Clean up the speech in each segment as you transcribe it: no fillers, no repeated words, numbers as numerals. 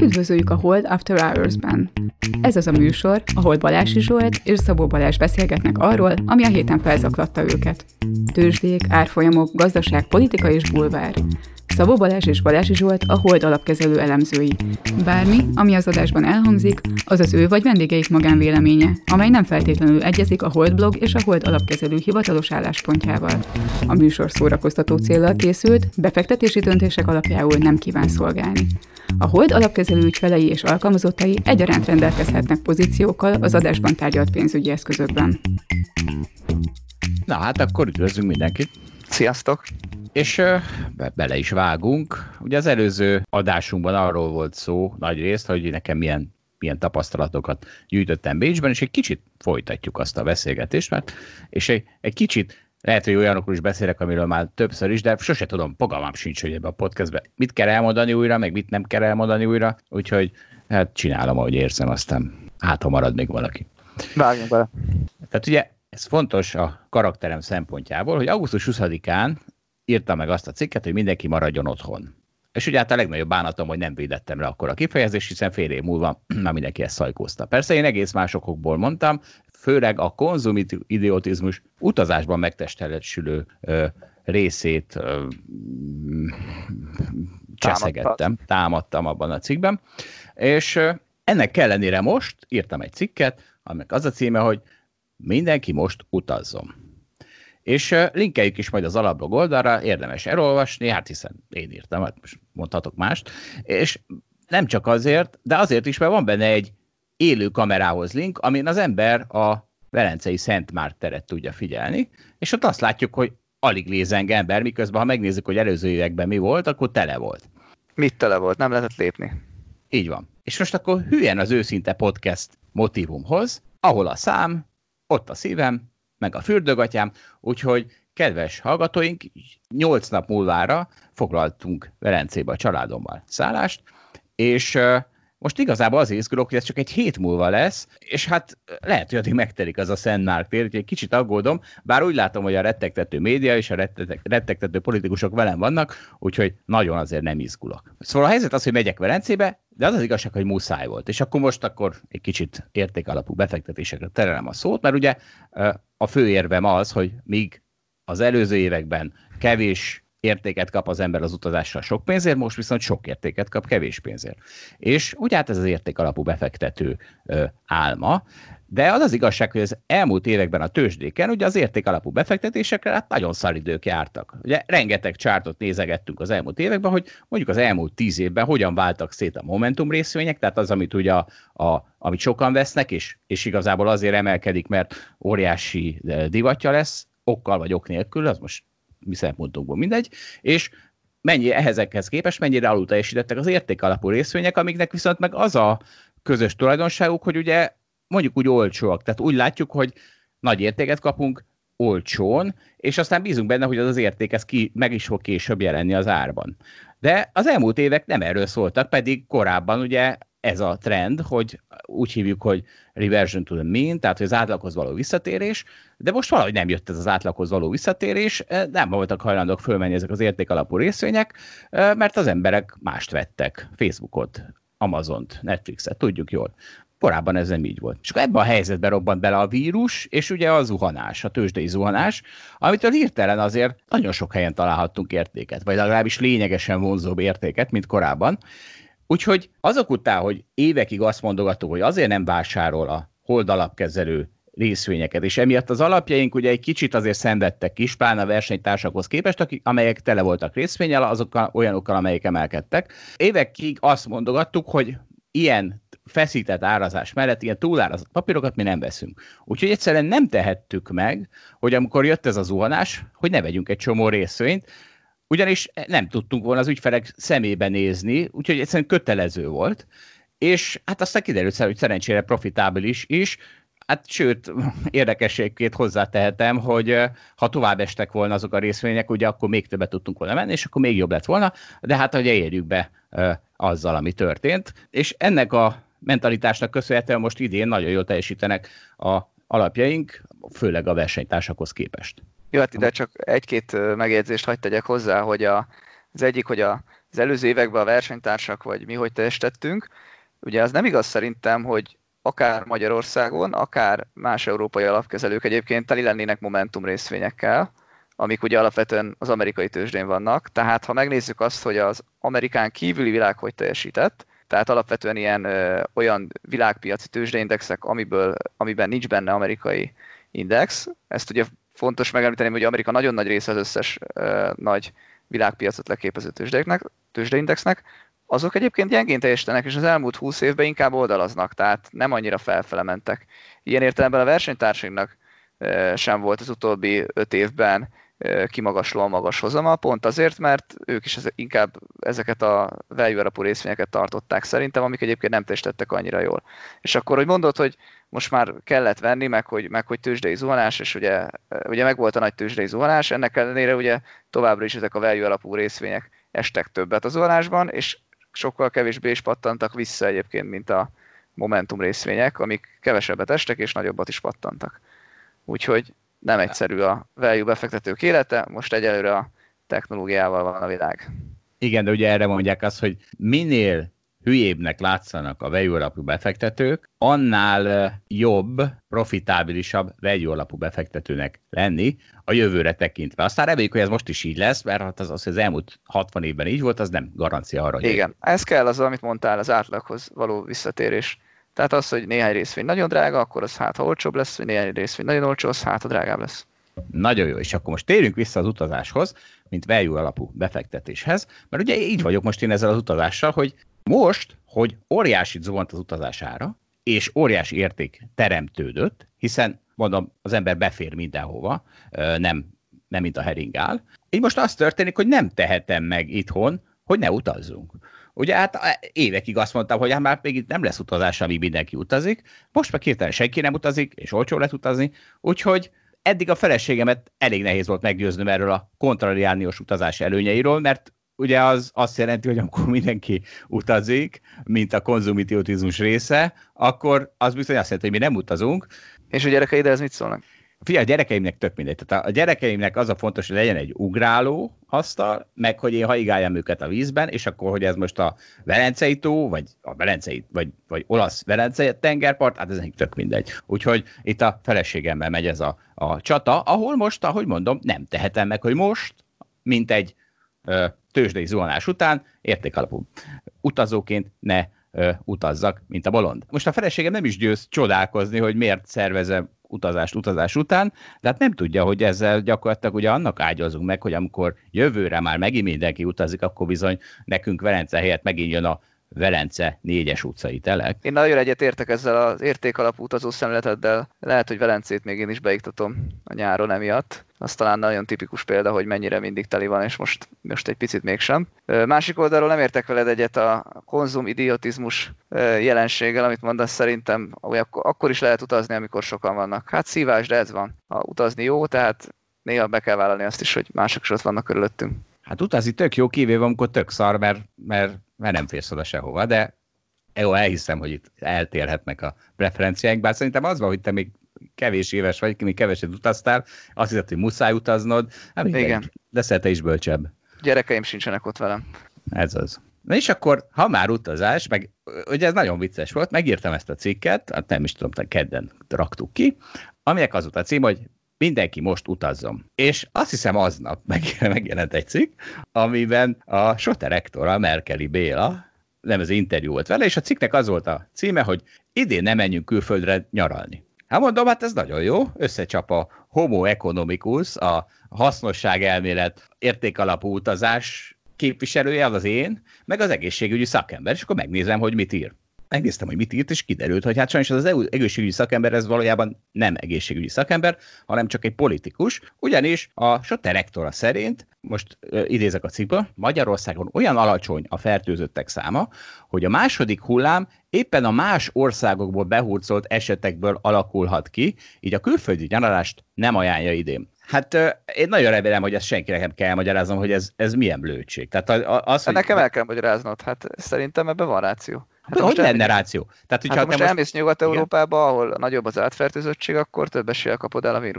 Üdvözöljük a Hold After Hours-ben! Ez az a műsor, ahol Balási Zsolt és Szabó Balázs beszélgetnek arról, ami a héten felzaklatta őket. Tőzsdék, árfolyamok, gazdaság, politika és bulvár. Szabó Balázs és Balási Zsolt a Hold alapkezelő elemzői. Bármi, ami az adásban elhangzik, az az ő vagy vendégeik magánvéleménye, amely nem feltétlenül egyezik a Hold blog és a Hold alapkezelő hivatalos álláspontjával. A műsor szórakoztató céllal készült, befektetési döntések alapjául nem kíván szolgálni. A Hold alapkezelő ügyfelei és alkalmazottai egyaránt rendelkezhetnek pozíciókkal az adásban tárgyalt pénzügyi eszközökben. Na hát akkor üdvözlünk mindenkit! Sziasztok! És bele is vágunk. Ugye az előző adásunkban arról volt szó nagy részt, hogy nekem milyen tapasztalatokat gyűjtöttem Bécsben, és egy kicsit folytatjuk azt a beszélgetést, és egy kicsit lehet, hogy olyanokról is beszélek, amiről már többször is, de sose tudom, fogalmam sincs, hogy ebben a podcastben mit kell elmondani újra, meg mit nem kell elmondani újra, úgyhogy hát csinálom, ahogy érzem, aztán hát, ha marad még valaki. Vágjunk bele. Tehát ugye ez fontos a karakterem szempontjából, hogy augusztus 20-án írtam meg azt a cikket, hogy mindenki maradjon otthon. És ugye hát a legnagyobb bánatom, hogy nem védettem le akkor a kifejezést, hiszen fél év múlva már mindenki ezt szajkózta. Persze én egész más okokból mondtam, főleg a konzumidiotizmus utazásban megtestesülő részét cseszegettem, támadtam abban a cikkben. És ennek ellenére most írtam egy cikket, aminek az a címe, hogy mindenki most utazzon. És linkeljük is majd az alapblog oldalra, érdemes elolvasni, hát hiszen én írtam, hát most mondhatok mást, és nem csak azért, de azért is, mert van benne egy élő kamerához link, amin az ember a Velencei Szent Márk teret tudja figyelni, és ott azt látjuk, hogy alig lézeng ember, miközben ha megnézzük, hogy előző években mi volt, akkor tele volt. Mit tele volt? Nem lehetett lépni. Így van. És most akkor hülyen az őszinte podcast motívumhoz, ahol a szám, ott a szívem, meg a fürdőgatyám, úgyhogy kedves hallgatóink, 8 nap múlvára foglaltunk Velencébe a családommal szállást, és most igazából azért izgulok, hogy ez csak egy hét múlva lesz, és hát lehet, hogy addig megtelik az a Szent Márk tér, úgyhogy egy kicsit aggódom, bár úgy látom, hogy a rettegtető média és a rettegtető politikusok velem vannak, úgyhogy nagyon azért nem izgulok. Szóval a helyzet az, hogy megyek Velencébe, de az az igazság, hogy muszáj volt. És akkor most egy kicsit értékalapú befektetésekre terelem a szót, mert ugye a fő érvem az, hogy míg az előző években kevés értéket kap az ember az utazással sok pénzért, most viszont sok értéket kap kevés pénzért. És ugye hát ez az értékalapú befektető álma, de az az igazság, hogy az elmúlt években a tőzsdéken ugye az értékalapú befektetésekre hát nagyon szaridők jártak. Ugye rengeteg csártot nézegettünk az elmúlt években, hogy mondjuk az elmúlt 10 évben hogyan váltak szét a Momentum részvények, tehát az, amit ugye amit sokan vesznek, és igazából azért emelkedik, mert óriási divatja lesz, okkal vagy ok nélkül, az most mi szempontunkból mindegy, és ezekhez képest mennyire alulteljesítettek az értékalapú részvények, amiknek viszont meg az a közös tulajdonságuk, hogy ugye mondjuk úgy olcsóak, tehát úgy látjuk, hogy nagy értéket kapunk olcsón, és aztán bízunk benne, hogy az az érték meg is fog később jelenni az árban. De az elmúlt évek nem erről szóltak, pedig korábban ugye ez a trend, hogy úgy hívjuk, hogy reversion to the mean, tehát hogy az átlaghoz való visszatérés, de most valahogy nem jött ez az átlaghoz való visszatérés, nem voltak hajlandók fölmenni ezek az értékalapú részvények, mert az emberek mást vettek, Facebookot, Amazont, Netflixet, tudjuk jól. Korábban ez nem így volt. És akkor ebben a helyzetben robbant bele a vírus, és ugye a zuhanás, a tőzsdei zuhanás, amitől hirtelen azért nagyon sok helyen találhattunk értéket, vagy legalábbis lényegesen vonzóbb értéket, mint korábban. Úgyhogy azok után, hogy évekig azt mondogattuk, hogy azért nem vásárol a Hold alapkezelő részvényeket, és emiatt az alapjaink ugye egy kicsit azért szenvedtek is, pláne a versenytársakhoz képest, amelyek tele voltak részvénnyel, olyanokkal, amelyek emelkedtek. Évekig azt mondogattuk, hogy ilyen feszített árazás mellett, ilyen túlárazott papírokat mi nem veszünk. Úgyhogy egyszerűen nem tehettük meg, hogy amikor jött ez a zuhanás, hogy ne vegyünk egy csomó részvényt, ugyanis nem tudtunk volna az ügyfelek szemébe nézni, úgyhogy egyszerűen kötelező volt, és hát aztán kiderült, hogy szerencsére profitábilis is, hát sőt, érdekességként hozzátehetem, hogy ha tovább estek volna azok a részvények, ugye akkor még többet tudtunk volna menni, és akkor még jobb lett volna, de hát ugye érjük be azzal, ami történt, és ennek a mentalitásnak köszönhetően most idén nagyon jól teljesítenek a alapjaink, főleg a versenytársakhoz képest. Jó, hát ide csak egy-két megjegyzést hadd tegyek hozzá, hogy az egyik, hogy a az előző években a versenytársak, vagy mi hogy teljesítettünk, ugye az nem igaz szerintem, hogy akár Magyarországon, akár más európai alapkezelők egyébként teli lennének Momentum részvényekkel, amik ugye alapvetően az amerikai tőzsdén vannak. Tehát ha megnézzük azt, hogy az Amerikán kívüli világ hogy teljesített, tehát alapvetően ilyen olyan világpiaci tőzsdeindexek, amiben nincs benne amerikai index, ezt ugye fontos megemlíteni, hogy Amerika nagyon nagy része az összes nagy világpiacot leképező tőzsdeindexnek, azok egyébként gyengén teljesítenek, és az elmúlt 20 évben inkább oldalaznak, tehát nem annyira felfele mentek. Ilyen értelemben a versenytársainknak sem volt az utóbbi 5 évben kimagaslóan magas hozama, pont azért, mert ők is inkább ezeket a value alapú részvényeket tartották szerintem, amik egyébként nem teljesítettek annyira jól. És akkor, hogy mondod, hogy most már kellett venni, meg hogy tőzsdei zuhanás, és ugye meg volt a nagy tőzsdei zuhanás, ennek ellenére ugye továbbra is ezek a value alapú részvények estek többet a zuhanásban, és sokkal kevésbé is pattantak vissza egyébként, mint a Momentum részvények, amik kevesebbet estek, és nagyobbat is pattantak. Úgyhogy nem egyszerű a value befektetők élete, most egyelőre a technológiával van a világ. Igen, de ugye erre mondják azt, hogy minél hülyébbnek látszanak a value alapú befektetők, annál jobb, profitábilisabb value alapú befektetőnek lenni a jövőre tekintve. Aztán reméljük, hogy ez most is így lesz, mert az elmúlt 60 évben így volt, az nem garancia arra. Igen, ez kell az, amit mondtál, az átlaghoz való visszatérés. Tehát az, hogy néhány részvény nagyon drága, akkor az ha olcsóbb lesz, vagy néhány részvény nagyon olcsó, az ha drágább lesz. Nagyon jó, és akkor most térjünk vissza az utazáshoz, mint value alapú befektetéshez, mert ugye így vagyok most én ezzel az utazással, hogy most, hogy óriási zuhant az utazására, és óriási érték teremtődött, hiszen mondom, az ember befér mindenhova, nem mint a heringál. Így most az történik, hogy nem tehetem meg itthon, hogy ne utazzunk. Ugye hát évekig azt mondtam, hogy hát már még itt nem lesz utazás, amíg mindenki utazik, most meg hirtelen senki nem utazik, és olcsó lett utazni, úgyhogy eddig a feleségemet elég nehéz volt meggyőznöm erről a kontrariániós utazás előnyeiről, mert ugye az azt jelenti, hogy amikor mindenki utazik, mint a konzumidiotizmus része, akkor az bizony azt jelenti, hogy mi nem utazunk. És a gyerekeid ez mit szólnak? Figyelj, a gyerekeimnek tök mindegy. Tehát a gyerekeimnek az a fontos, hogy legyen egy ugráló asztal, meg hogy én haigáljam őket a vízben, és akkor, hogy ez most a Velencei tó, vagy a Velencei, vagy olasz Velencei tengerpart, hát ez nekik tök mindegy. Úgyhogy itt a feleségemmel megy ez a csata, ahol most, ahogy mondom, nem tehetem meg, hogy most, mint egy tőzsdei zuhanás után, értékalapú utazóként ne utazzak, mint a bolond. Most a feleségem nem is győz csodálkozni, hogy miért szervezem utazás után, de hát nem tudja, hogy ezzel gyakorlatilag ugye annak ágyazunk meg, hogy amikor jövőre már megint mindenki utazik, akkor bizony nekünk Velence helyett megint jön a Velence 4-es utcai telek. Én nagyon egyetértek ezzel az értékalapú utazó szemléleteddel. Lehet, hogy Velencét még én is beiktatom a nyáron emiatt. Az talán nagyon tipikus példa, hogy mennyire mindig teli van, és most egy picit mégsem. Másik oldalról nem értek veled egyet a konzumidiotizmus jelenséggel, amit mondasz, szerintem akkor is lehet utazni, amikor sokan vannak. Hát szívás, de ez van. Ha utazni jó, tehát néha be kell vállalni azt is, hogy mások is ott vannak körülöttünk. Hát utazni tök jó, kivéve amikor tök szar, mert nem férsz oda sehova, de jó, elhiszem, hogy itt eltérhetnek a preferenciáink, bár szerintem az van, hogy te még kevés éves vagy, még keveset utaztál, azt hiszed, hogy muszáj utaznod, hát igen. Leszel te is bölcsebb. Gyerekeim sincsenek ott velem. Ez az. Na és akkor, ha már utazás, meg ugye ez nagyon vicces volt, megírtam ezt a cikket, hát nem is tudom, kedden raktuk ki, aminek az volt a cím, hogy mindenki most utazzon. És azt hiszem aznap megjelent egy cikk, amiben a SOTE rektora, Merkeli Béla, nem ez interjú volt vele, és a cikknek az volt a címe, hogy idén nem menjünk külföldre nyaralni. Hát mondom, hát ez nagyon jó, összecsap a homo economicus, a hasznosság elmélet értékalapú utazás képviselője, az én, meg az egészségügyi szakember, és akkor megnézem, hogy mit ír. Megnéztem, hogy mit írt, és kiderült, hogy hát sajnos az egészségügyi szakember ez valójában nem egészségügyi szakember, hanem csak egy politikus, ugyanis a SOTE rektora szerint, most idézek a cikkből, Magyarországon olyan alacsony a fertőzöttek száma, hogy a második hullám éppen a más országokból behurcolt esetekből alakulhat ki, így a külföldi nyaralást nem ajánlja idén. Hát én nagyon remélem, hogy ezt senkinek nem kell elmagyaráznom, hogy ez milyen blödség. Tehát az, hogy... Nekem el kell magyaráznod, hát szerintem ebben van ráció. Hát hogy lenne ráció? Tehát, hát, ha most elmész Nyugat-Európába, ahol nagyobb az átfertőzöttség, akkor több eséllyel kapod el a vírust.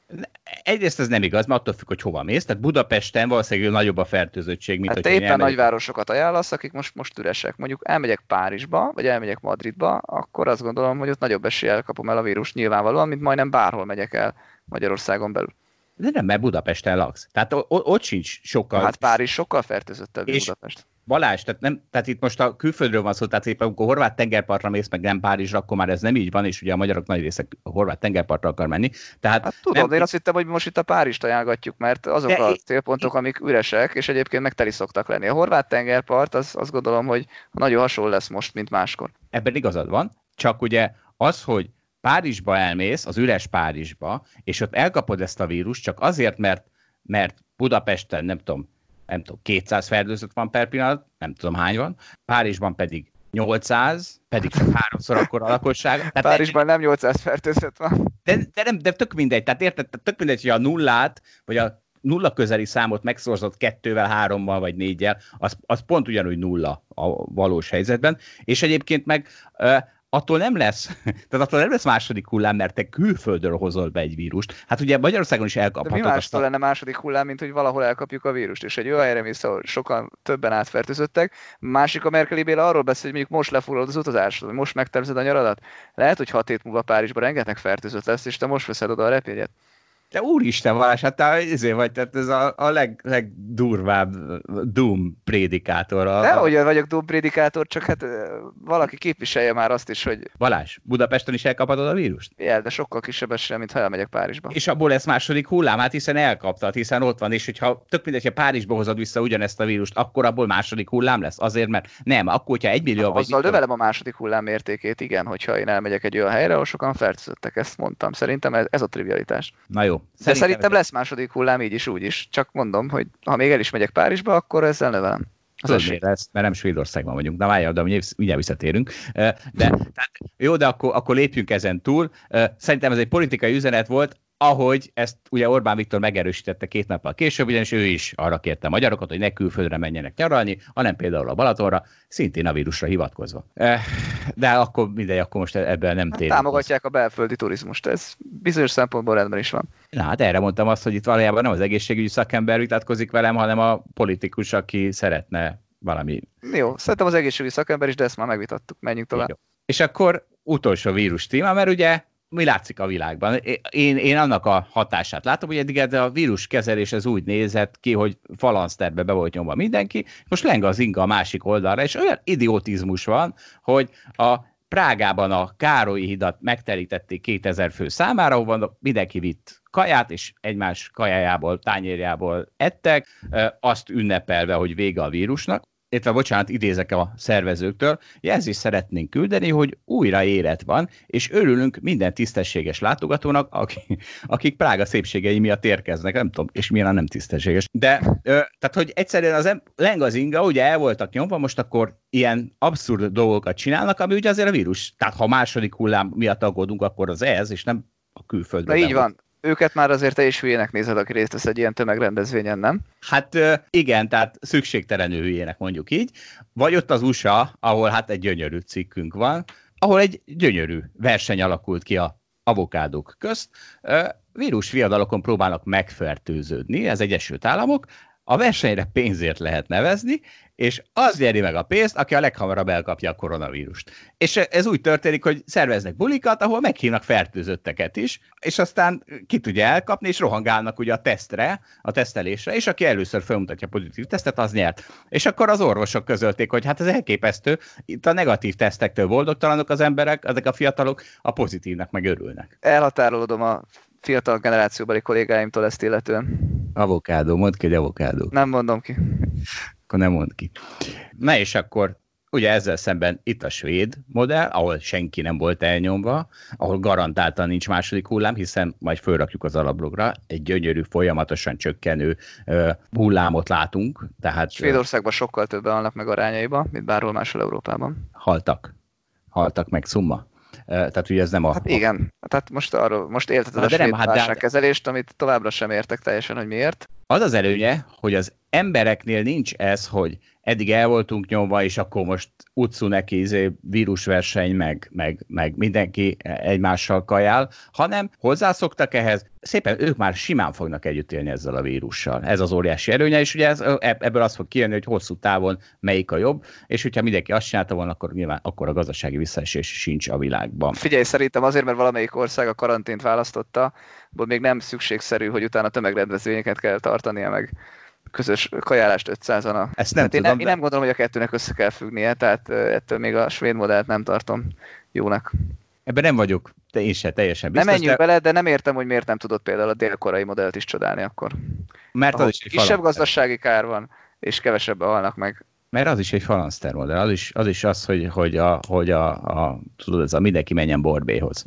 Egyrészt ez nem igaz, mert attól függ, hogy hova mész. Tehát Budapesten valószínűleg nagyobb a fertőzöttség, mint Hát hogy te éppen nagyvárosokat ajánlasz, akik most üresek. Mondjuk elmegyek Párizsba, vagy elmegyek Madridba, akkor azt gondolom, hogy ott nagyobb eséllyel kapom el a vírust nyilvánvalóan, mint majdnem bárhol megyek el Magyarországon belül. De nem, mert Budapesten laksz. Tehát ott sincs sokkal... Hát Párizs sokkal fertőzöttebb, mint Budapest. Balázs, tehát itt most a külföldről van szó, tehát éppen amikor horvát tengerpartra mész, meg nem Párizsra, akkor már ez nem így van, és ugye a magyarok nagy része a horvát tengerpartra akar menni. Tehát hát tudom, de én azt hittem, hogy most itt a Párizst ajánlgatjuk, mert azok a célpontok, amik üresek, és egyébként meg teli szoktak lenni. A horvát tengerpart, azt gondolom, hogy nagyon hasonló lesz most, mint máskor. Ebben igazad van, csak ugye az, hogy Párizsba elmész, az üres Párizsba, és ott elkapod ezt a vírust, csak azért, mert Budapesten, nem tudom, 200 fertőzött van per pillanat, nem tudom hány van, Párizsban pedig 800, pedig csak 3-szor akkor a lakosság. Párizsban nem 800 fertőzött van. De tök mindegy, tehát érted, tök mindegy, hogy a nullát, vagy a nulla közeli számot megszorzott 2-vel, 3-mal vagy 4-jel, az pont ugyanúgy nulla a valós helyzetben, és egyébként meg attól nem lesz második hullám, mert te külföldről hozol be egy vírust. Hát ugye Magyarországon is elkaphatod. De mi mástól lenne második hullám, mint hogy valahol elkapjuk a vírust, és egy olyan helyre mész, ahol sokan többen átfertőzöttek. Másik a Merkeli Béla arról beszél, hogy mondjuk most lefoglalod az utazásod, vagy most megtervezed a nyaradat. Lehet, hogy 6 hét múlva Párizsban rengeteg fertőzött lesz, és te most veszed oda a repjegyet. De úristen, Balázs, hát te ezért vagy, tehát ez a legdurvább Doom prédikátor. Dehogy vagyok Doom prédikátor, csak hát valaki képviselje már azt is, hogy... Balázs, Budapesten is elkaphatod a vírust? Igen, de sokkal kisebb esélye, mint ha elmegyek Párizsba. És abból lesz második hullám, hát hiszen elkaptad, hiszen ott van, és hogyha tök mindegy, ha Párizsba hozod vissza ugyanezt a vírust, akkor abból második hullám lesz? Azért, mert nem, akkor, hogyha 1 millió vagy... Azzal növelem a második hullám értékét, igen, hogyha én elmegyek egy olyan helyre, ahol sokan fertőzöttek, ezt mondtam. Szerintem ez a trivialitás. Na jó. De szerintem lesz második hullám így is, úgy is. Csak mondom, hogy ha még el is megyek Párizsba, akkor ezzel növelem. Tudod, miért lesz? Mert nem Svédországban vagyunk. Na várjál, de mindjárt visszatérünk. Tehát, jó, de akkor lépjünk ezen túl. Szerintem ez egy politikai üzenet volt, ahogy ezt ugye Orbán Viktor megerősítette 2 nappal később, ugyanis ő is arra kérte a magyarokat, hogy ne külföldre menjenek nyaralni, hanem például a Balatonra, szintén a vírusra hivatkozva. De akkor mindegy, akkor most ebben nem térünk. Támogatják a belföldi turizmust, ez bizonyos szempontból rendben is van. Na hát erre mondtam azt, hogy itt valójában nem az egészségügyi szakember vitatkozik velem, hanem a politikus, aki szeretne valami... Jó, szerintem az egészségügyi szakember is, de ezt már megvitattuk, menjünk tovább. Jó. És akkor utolsó vírus téma, mert ugye mi látszik a világban. Én annak a hatását látom, hogy eddig a víruskezelés az úgy nézett ki, hogy falanszterbe be volt nyomva mindenki, most leng az inga a másik oldalra, és olyan idiotizmus van, hogy a Prágában a Károlyi hidat megterítették 2000 fő számára, ahol mindenki vitt kaját, és egymás kajájából, tányérjából ettek, azt ünnepelve, hogy vége a vírusnak. Bocsánat, idézek a szervezőktől, jelzést szeretnénk küldeni, hogy újra élet van, és örülünk minden tisztességes látogatónak, akik Prága szépségei miatt érkeznek, nem tudom, és milyen nem tisztességes. De, tehát, hogy egyszerűen leng az inga, ugye el voltak nyomva, most akkor ilyen abszurd dolgokat csinálnak, ami ugye azért a vírus. Tehát, ha a második hullám miatt aggódunk, akkor az ez, és nem a külföldön. Na így van. Őket már azért te is hülyének nézed, aki részt vesz egy ilyen tömegrendezvényen, nem? Hát igen, tehát szükségtelenül hülyének, mondjuk így. Vagy ott az USA, ahol hát egy gyönyörű cikkünk van, ahol egy gyönyörű verseny alakult ki a avokádók közt. Vírusfiadalokon próbálnak megfertőződni, ez Egyesült Államok, a versenyre pénzért lehet nevezni, és az nyeri meg a pénzt, aki a leghamarabb elkapja a koronavírust. És ez úgy történik, hogy szerveznek bulikat, ahol meghívnak fertőzötteket is, és aztán ki tudja elkapni, és rohangálnak ugye a tesztelésre, és aki először felmutatja a pozitív tesztet, az nyert. És akkor az orvosok közölték, hogy hát ez elképesztő, itt a negatív tesztektől boldogtalanok az emberek, ezek a fiatalok, a pozitívnak meg örülnek. Elhatárolodom a fiatal generációbeli kollégáimtól ezt illetően. Avokádó, mondd ki, hogy avokádó. Nem mondom ki. Akkor nem mondd ki. Na és akkor ugye ezzel szemben itt a svéd modell, ahol senki nem volt elnyomva, ahol garantáltan nincs második hullám, hiszen majd fölrakjuk az alablogra, egy gyönyörű, folyamatosan csökkenő hullámot látunk. Tehát, Svédországban sokkal többen halnak meg arányaiban, mint bárhol máshol Európában. Haltak meg szumma. Tehát ugye ez nem a... Hát igen, tehát most élteted a svéd válságkezelést, amit továbbra sem értek teljesen, hogy miért. Az az előnye, hogy az embereknél nincs ez, hogy eddig el voltunk nyomva, és akkor most utcú neki vírusverseny, meg mindenki egymással kajál, hanem hozzászoktak ehhez, szépen ők már simán fognak együtt élni ezzel a vírussal. Ez az óriási erőnye, és ugye ebből az fog kijönni, hogy hosszú távon melyik a jobb, és hogyha mindenki azt csinálta volna, akkor nyilván akkor a gazdasági visszaesés sincs a világban. Figyelj, szerintem azért, mert valamelyik ország a karantént választotta, abból még nem szükségszerű, hogy utána tömegrendezvényeket kell tartania, meg közös kajálást 500-an. Ezt nem tudom, én nem gondolom, hogy a kettőnek össze kell függnie, tehát ettől még a svéd modellt nem tartom jónak. Ebben nem vagyok én se teljesen biztos. Nem menjünk bele, de nem értem, hogy miért nem tudod például a dél-koreai modellt is csodálni akkor. Mert az is egy kisebb gazdasági kár van, és kevesebben halnak meg. Mert az is egy falanszter modell, az is az, hogy tudod, ez a mindenki menjen Borbéhoz.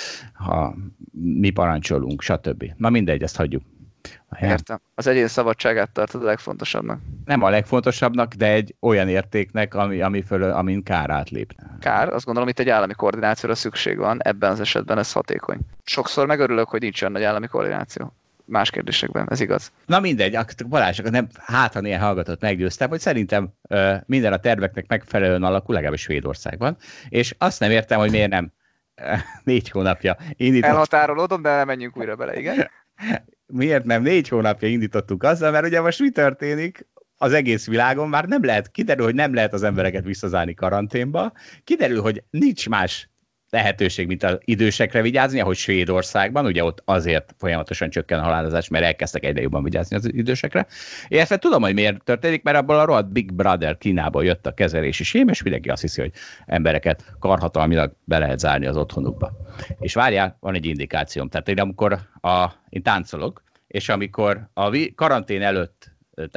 Ha mi parancsolunk, stb. Na mindegy, ezt hagyjuk. Értem. Az egyén szabadságát tartod a legfontosabbnak. Nem a legfontosabbnak, de egy olyan értéknek, amin kár átlép. Kár? Azt gondolom, itt egy állami koordinációra szükség van, ebben az esetben ez hatékony. Sokszor megörülök, hogy nincs olyan nagy állami koordináció. Más kérdésekben, ez igaz. Na mindegy, Balázs, nem, ha néhány hallgatót meggyőztem, hogy szerintem minden a terveknek megfelelően alakul, legalábbis Svédországban, és azt nem értem, hogy miért nem 4 hónapja indítottuk. Elhatárolódom, de nem menjünk újra bele, igen? Miért nem 4 hónapja indítottuk azzal, mert ugye most mi történik? Az egész világon már nem lehet, kiderül, hogy nem lehet az embereket visszazárni karanténba, kiderül, hogy nincs más lehetőség, mint az idősekre vigyázni, ahogy Svédországban, ugye ott azért folyamatosan csökken a halálozás, mert elkezdtek egyre jobban vigyázni az idősekre. Illetve tudom, hogy miért történik, mert abból a rohadt Big Brother Kínából jött a kezelési sém, és mindenki azt hiszi, hogy embereket karhatalmilag be lehet zárni az otthonukba. És várjál, van egy indikációm. Tehát én táncolok, és amikor a karantén előtt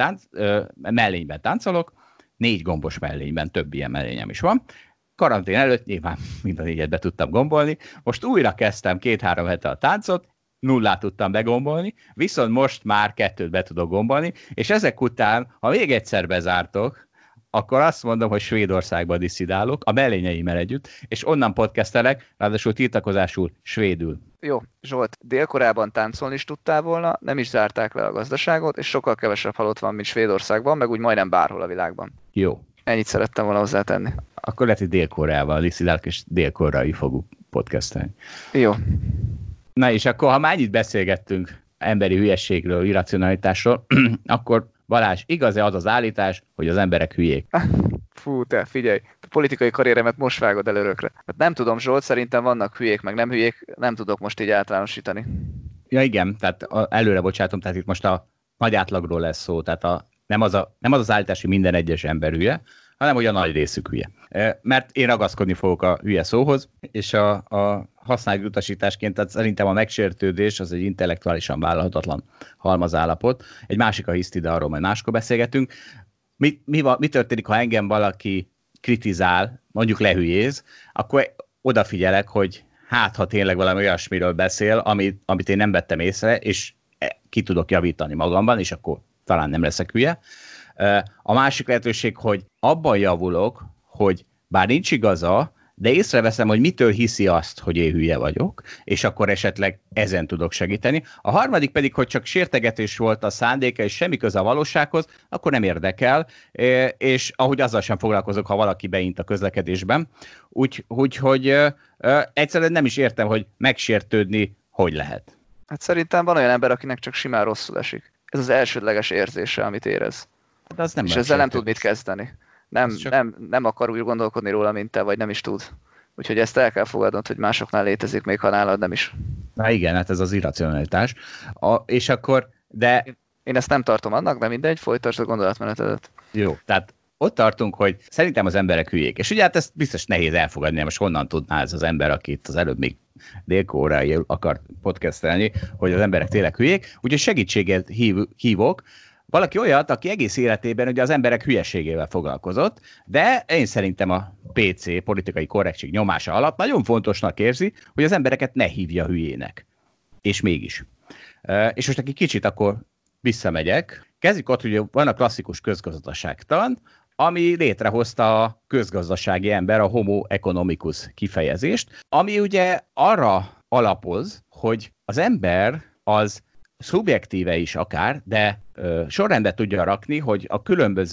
mellényben táncolok, 4 gombos mellényben, több ilyen mellényem is van, karantén előtt nyilván mind a 4-et be tudtam gombolni, most újra kezdtem 2-3 hete a táncot, 0 tudtam begombolni, viszont most már 2 be tudok gombolni, és ezek után, ha még egyszer bezártok, akkor azt mondom, hogy Svédországba disszidálok, a mellényeimmel együtt, és onnan podcastelek, ráadásul tiltakozásul svédül. Jó, Zsolt, Dél-Koreában táncolni is tudtál volna, nem is zárták le a gazdaságot, és sokkal kevesebb halott van, mint Svédországban, meg úgy majdnem bárhol a világban. Jó. Ennyit szerettem volna hozzátenni. Akkor lehet, hogy Dél-Koreával disszidálok, és dél-koreai fogunk podcastelni. Jó. Na és akkor, ha már itt beszélgettünk emberi hülyességről, irracionalitásról, akkor Balázs, igaz-e az az állítás, hogy az emberek hülyék? Fú, te figyelj, a politikai karrieremet most vágod el örökre. Hát nem tudom, Zsolt, szerintem vannak hülyék, meg nem hülyék, nem tudok most így általánosítani. Ja igen, tehát előre bocsátom, tehát itt most a nagy átlagról lesz szó, tehát nem az állítás, hogy minden egyes ember hülye, hanem hogy a nagy részük hülye. Mert én ragaszkodni fogok a hülye szóhoz, és a használati utasításként, tehát szerintem a megsértődés az egy intellektuálisan vállalhatatlan halmazállapot. Egy másik a hiszti, de arról majd máskor beszélgetünk. Mi történik, ha engem valaki kritizál, mondjuk lehülyéz, akkor odafigyelek, hogy ha tényleg valami olyasmiről beszél, amit én nem vettem észre, és ki tudok javítani magamban, és akkor talán nem leszek hülye. A másik lehetőség, hogy abban javulok, hogy bár nincs igaza, de észreveszem, hogy mitől hiszi azt, hogy én hülye vagyok, és akkor esetleg ezen tudok segíteni. A harmadik pedig, hogy csak sértegetés volt a szándéka, és semmi köze a valósághoz, akkor nem érdekel, és ahogy azzal sem foglalkozok, ha valaki beint a közlekedésben. Úgyhogy egyszerűen nem is értem, hogy megsértődni hogy lehet. Hát szerintem van olyan ember, akinek csak simán rosszul esik. Ez az elsődleges érzése, amit érez. De az nem és ezzel nem tud mit kezdeni. Nem akar úgy gondolkodni róla, mint te, vagy nem is tud. Úgyhogy ezt el kell fogadnod, hogy másoknál létezik, még ha nálad nem is. Na igen, hát ez az irracionalitás. És akkor, de... Én ezt nem tartom annak, de mindegy, folytasd a gondolatmenetedet. Jó, tehát ott tartunk, hogy szerintem az emberek hülyék. És ugye hát ezt biztos nehéz elfogadni, most honnan tudná ez az ember, akit az előbb még dél-koreai akart podcastelni, hogy az emberek tényleg hülyék. Úgyhogy segítséget hívok. Valaki olyat, aki egész életében ugye az emberek hülyeségével foglalkozott, de én szerintem a PC, politikai korrektség nyomása alatt nagyon fontosnak érzi, hogy az embereket ne hívja hülyének. És mégis. És most egy kicsit akkor visszamegyek. Kezdjük ott, hogy van a klasszikus közgazdaságtan, ami létrehozta a közgazdasági ember, a homo economicus kifejezést, ami ugye arra alapoz, hogy az ember az szubjektíve is akár, de sorrendbe tudja rakni, hogy a különböző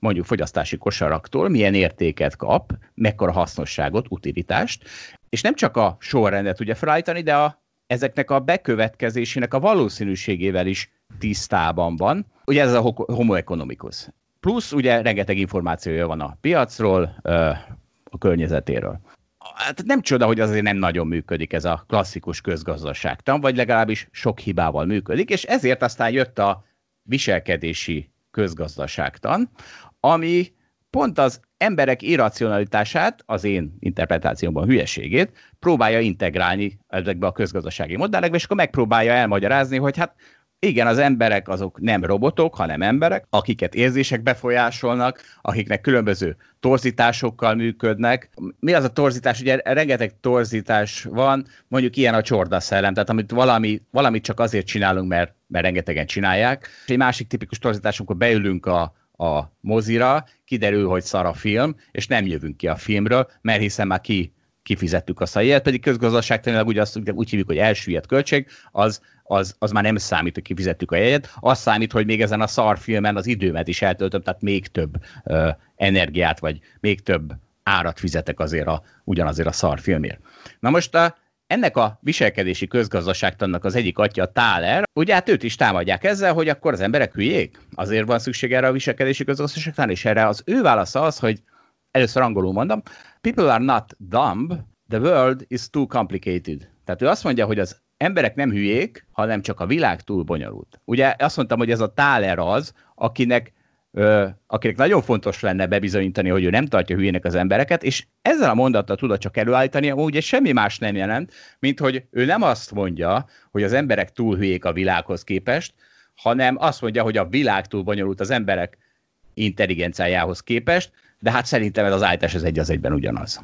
mondjuk fogyasztási kosaraktól milyen értéket kap, mekkora hasznosságot, utilitást, és nem csak a sorrendet tudja felállítani, de ezeknek a bekövetkezésének a valószínűségével is tisztában van. Ugye ez a homo economicus. Plusz ugye rengeteg információja van a piacról, a környezetéről. Hát nem csoda, hogy azért nem nagyon működik ez a klasszikus közgazdaságtan, vagy legalábbis sok hibával működik, és ezért aztán jött a viselkedési közgazdaságtan, ami pont az emberek irracionalitását, az én interpretációmban hülyeségét próbálja integrálni ezekbe a közgazdasági modellekbe, és akkor megpróbálja elmagyarázni, hogy hát igen, az emberek azok nem robotok, hanem emberek, akiket érzések befolyásolnak, akiknek különböző torzításokkal működnek. Mi az a torzítás? Ugye rengeteg torzítás van, mondjuk ilyen a csordaszellem, tehát amit valamit csak azért csinálunk, mert rengetegen csinálják. Egy másik tipikus torzítás, amikor beülünk a mozira, kiderül, hogy szar a film, és nem jövünk ki a filmről, mert hiszen már kifizettük azt a jegyet, pedig közgazdaságtanilag úgy hívjuk, hogy elsüllyedt költség, az már nem számít, hogy kifizettük a jegyet, az számít, hogy még ezen a szarfilmen az időmet is eltöltöm, tehát még több energiát, vagy még több árat fizetek ugyanazért a szarfilmért. Na most ennek a viselkedési közgazdaságtannak az egyik atya, Thaler, ugye hát őt is támadják ezzel, hogy akkor az emberek hülyék, azért van szükség erre a viselkedési közgazdaságtan, és erre az ő válasza az, hogy először angolul mondom, people are not dumb, the world is too complicated. Tehát ő azt mondja, hogy az emberek nem hülyék, hanem csak a világ túl bonyolult. Ugye azt mondtam, hogy ez a Thaler az, akinek nagyon fontos lenne bebizonyítani, hogy ő nem tartja hülyének az embereket, és ezzel a mondattal tudod csak előállítani, amúgy ez semmi más nem jelent, mint hogy ő nem azt mondja, hogy az emberek túl hülyék a világhoz képest, hanem azt mondja, hogy a világ túl bonyolult az emberek intelligenciájához képest, de hát szerintem ez az állítás az egy az egyben ugyanaz.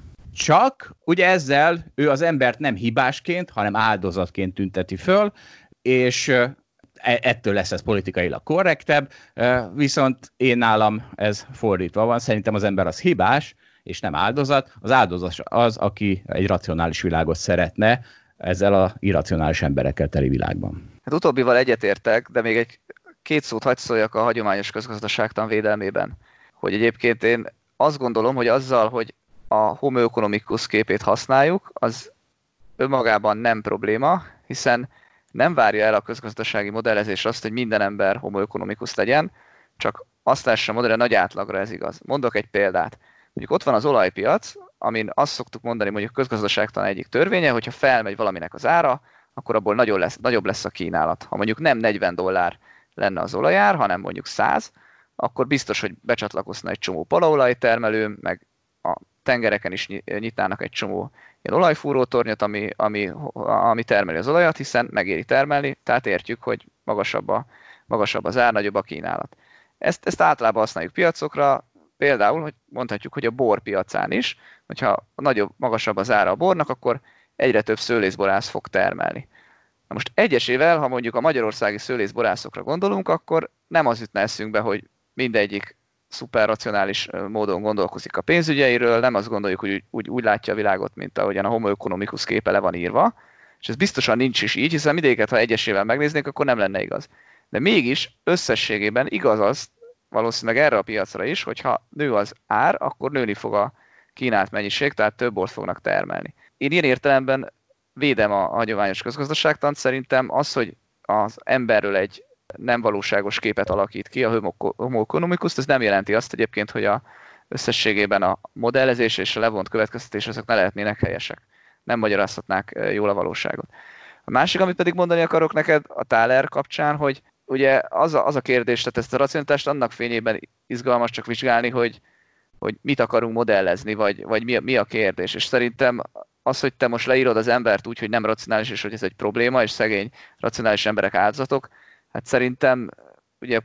Csak ugye ezzel ő az embert nem hibásként, hanem áldozatként tünteti föl, és ettől lesz ez politikailag korrektebb, viszont én nálam ez fordítva van, szerintem az ember az hibás, és nem áldozat. Az áldozat az, aki egy racionális világot szeretne ezzel az irracionális emberekkel teli világban. Hát utóbbival egyetértek, de még két szót hadd szóljak a hagyományos közgazdaságtan védelmében. Hogy egyébként én azt gondolom, hogy azzal, hogy a homo economicus képét használjuk, az önmagában nem probléma, hiszen nem várja el a közgazdasági modellezés azt, hogy minden ember homo economicus legyen, csak azt lássa a modell, nagy átlagra ez igaz. Mondok egy példát. Mondjuk ott van az olajpiac, amin azt szoktuk mondani, mondjuk közgazdaságtan egyik törvénye, hogyha felmegy valaminek az ára, akkor abból nagyobb lesz a kínálat. Ha mondjuk nem $40 lenne az olajár, hanem mondjuk 100, akkor biztos, hogy becsatlakozna egy csomó palaolajtermelő, meg a tengereken is nyitnának egy csomó ilyen olajfúrótornyot, ami termeli az olajat, hiszen megéri termelni, tehát értjük, hogy magasabb az ár, nagyobb a kínálat. Ezt általában használjuk piacokra, például, hogy mondhatjuk, hogy a bor piacán is, hogyha magasabb az ára a bornak, akkor egyre több szőlészborász fog termelni. Na most egyesével, ha mondjuk a magyarországi szőlészborászokra gondolunk, akkor nem az jutna eszünkbe, hogy mindegyik szuperracionális módon gondolkozik a pénzügyeiről, nem azt gondoljuk, hogy úgy látja a világot, mint ahogyan a homo economicus képe le van írva, és ez biztosan nincs is így, hiszen mindegyiket, ha egyesével megnéznék, akkor nem lenne igaz. De mégis összességében igaz az, valószínűleg erre a piacra is, hogyha nő az ár, akkor nőni fog a kínált mennyiség, tehát több bort fognak termelni. Én ilyen értelemben védem a hagyományos közgazdaságtant, szerintem az, hogy az emberről egy nem valóságos képet alakít ki, a homo economicus, ez nem jelenti azt egyébként, hogy összességében a modellezés és a levont következtetés azok ne lehetnének helyesek. Nem magyarázhatnák jól a valóságot. A másik, amit pedig mondani akarok neked a Thaler kapcsán, hogy ugye az a kérdés, tehát ezt a racionalitást annak fényében izgalmas csak vizsgálni, hogy mit akarunk modellezni, vagy mi a kérdés. És szerintem az, hogy te most leírod az embert úgy, hogy nem racionális, és hogy ez egy probléma, és szegény racionális emberek áldozatok, hát szerintem ugye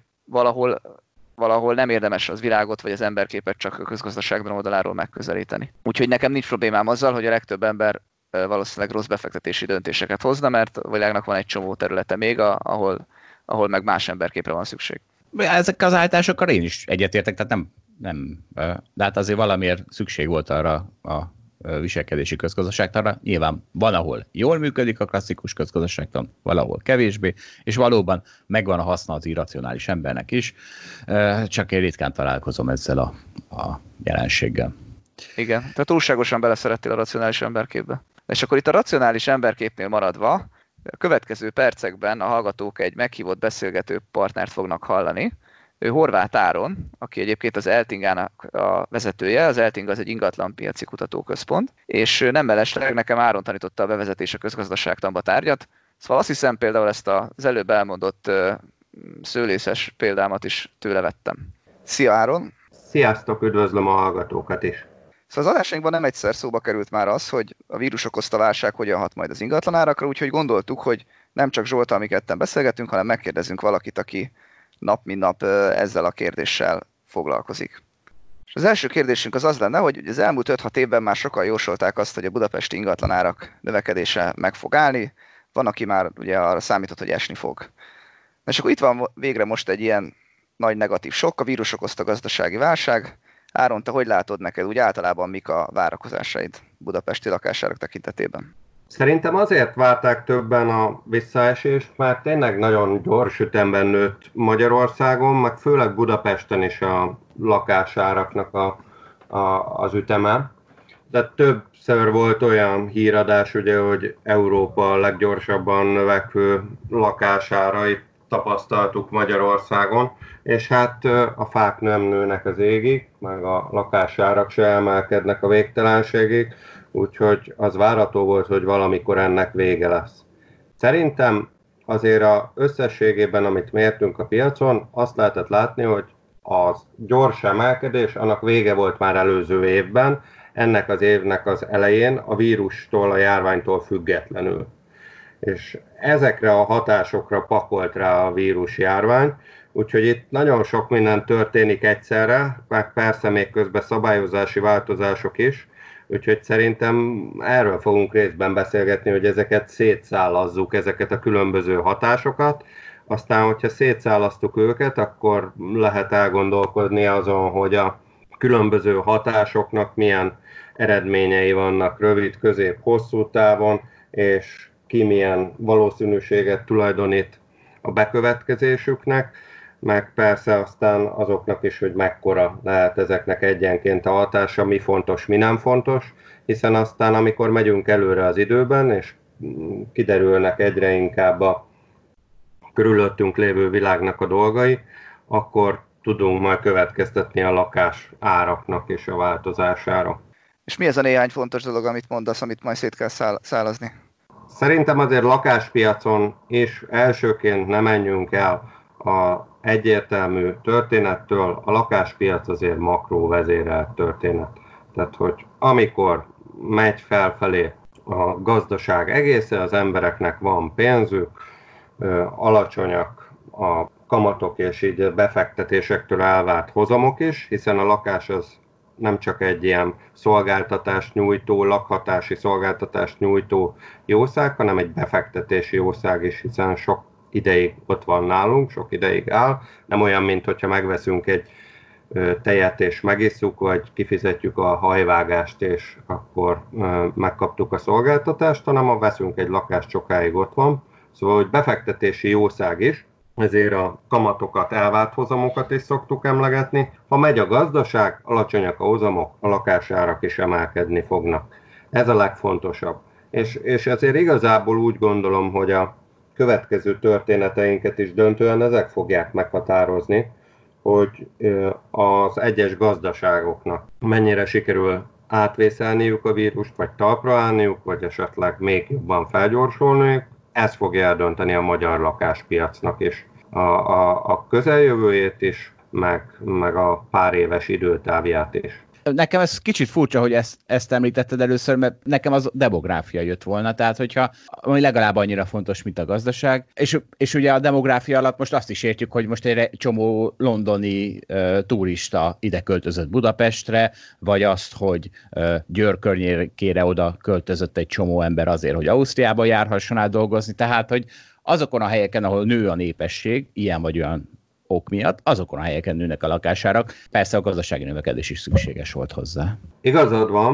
valahol nem érdemes az világot, vagy az emberképet csak a közgazdaságban oldaláról megközelíteni. Úgyhogy nekem nincs problémám azzal, hogy a legtöbb ember valószínűleg rossz befektetési döntéseket hozna, mert a világnak van egy csomó területe még, ahol meg más emberképre van szükség. Ezek az állításokkal én is egyetértek, tehát nem, de hát azért valamiért szükség volt arra a viselkedési közgazdaságtanra. Nyilván van, ahol jól működik a klasszikus közgazdaságtan, valahol kevésbé, és valóban megvan a haszna az irracionális embernek is, csak én ritkán találkozom ezzel a jelenséggel. Igen, tehát túlságosan beleszerettél a racionális emberképbe. És akkor itt a racionális emberképnél maradva, a következő percekben a hallgatók egy meghívott beszélgető partnert fognak hallani. Ő Horváth Áron, aki egyébként az Eltingának a vezetője, az Elting az egy ingatlanpiaci kutatóközpont, és nem mellesleg nekem Áron tanította a bevezetés a közgazdaságtanba tárgyat, szóval azt hiszem például ezt az előbb elmondott szőlészes példámat is tőle vettem. Szia Áron! Sziasztok, üdvözlöm a hallgatókat is! Szóval az adásainkban nem egyszer szóba került már az, hogy a vírus okozta válság hogyan hat majd az ingatlanárakra, úgyhogy gondoltuk, hogy nem csak Zsolttal mi ketten beszélgetünk, hanem megkérdezünk valakit, aki nap mint nap ezzel a kérdéssel foglalkozik. És az első kérdésünk az lenne, hogy az elmúlt 5-6 évben már sokan jósolták azt, hogy a budapesti ingatlanárak növekedése meg fog állni, van, aki már ugye arra számított, hogy esni fog. És akkor itt van végre most egy ilyen nagy negatív sok, a vírus okozta gazdasági válság. Áron, te hogy látod, neked úgy általában mik a várakozásaid budapesti lakásárak tekintetében? Szerintem azért várták többen a visszaesést, mert tényleg nagyon gyors ütemben nőtt Magyarországon, meg főleg Budapesten is a lakásáraknak az üteme. De többször volt olyan híradás, ugye, hogy Európa leggyorsabban növekvő lakásárait tapasztaltuk Magyarországon, és hát a fák nem nőnek az égig, meg a lakásárak se emelkednek a végtelenségig, úgyhogy az várható volt, hogy valamikor ennek vége lesz. Szerintem azért az összességében, amit mértünk a piacon, azt lehetett látni, hogy az gyors emelkedés, annak vége volt már előző évben, ennek az évnek az elején a vírustól, a járványtól függetlenül. És ezekre a hatásokra pakolt rá a vírusjárvány, úgyhogy itt nagyon sok minden történik egyszerre, meg persze még közben szabályozási változások is, úgyhogy szerintem erről fogunk részben beszélgetni, hogy ezeket szétszállazzuk, ezeket a különböző hatásokat, aztán, hogyha szétszálasztuk őket, akkor lehet elgondolkodni azon, hogy a különböző hatásoknak milyen eredményei vannak rövid, közép, hosszú távon, és ki milyen valószínűséget tulajdonít a bekövetkezésüknek, meg persze aztán azoknak is, hogy mekkora lehet ezeknek egyenként a hatása, mi fontos, mi nem fontos, hiszen aztán amikor megyünk előre az időben, és kiderülnek egyre inkább a körülöttünk lévő világnak a dolgai, akkor tudunk majd következtetni a lakás áraknak és a változására. És mi ez a néhány fontos dolog, amit mondasz, amit majd szét kell szálazni? Szerintem azért lakáspiacon is elsőként nem menjünk el a egyértelmű történettől, a lakáspiac azért makróvezérelt történet. Tehát, hogy amikor megy felfelé a gazdaság egésze, az embereknek van pénzük, alacsonyak a kamatok és így befektetésektől elvárt hozamok is, hiszen a lakás az nem csak egy ilyen szolgáltatást nyújtó, lakhatási szolgáltatást nyújtó jószág, hanem egy befektetési jószág is, hiszen sok ideig ott van nálunk, sok ideig áll. Nem olyan, mint hogyha megveszünk egy tejet és megisszuk, vagy kifizetjük a hajvágást, és akkor megkaptuk a szolgáltatást, hanem veszünk egy lakást, sokáig ott van. Szóval, hogy befektetési jószág is, ezért a kamatokat, elvárt hozamokat is szoktuk emlegetni. Ha megy a gazdaság, alacsonyak a hozamok, a lakásárak is emelkedni fognak. Ez a legfontosabb. És ezért igazából úgy gondolom, hogy a következő történeteinket is döntően ezek fogják meghatározni, hogy az egyes gazdaságoknak mennyire sikerül átvészelniük a vírust, vagy talpra állniuk, vagy esetleg még jobban felgyorsulniuk. Ez fogja eldönteni a magyar lakáspiacnak is a közeljövőjét is, meg a pár éves időtávját is. Nekem ez kicsit furcsa, hogy ezt említetted először, mert nekem az demográfia jött volna, tehát hogyha ami legalább annyira fontos, mint a gazdaság, és ugye a demográfia alatt most azt is értjük, hogy most egy csomó londoni turista ide költözött Budapestre, vagy azt, hogy Győr környékére oda költözött egy csomó ember azért, hogy Ausztriába járhasson át dolgozni, tehát hogy azokon a helyeken, ahol nő a népesség, ilyen vagy olyan ok miatt, azokon a helyeken nőnek a lakásárak. Persze a gazdasági növekedés is szükséges volt hozzá. Igazad van,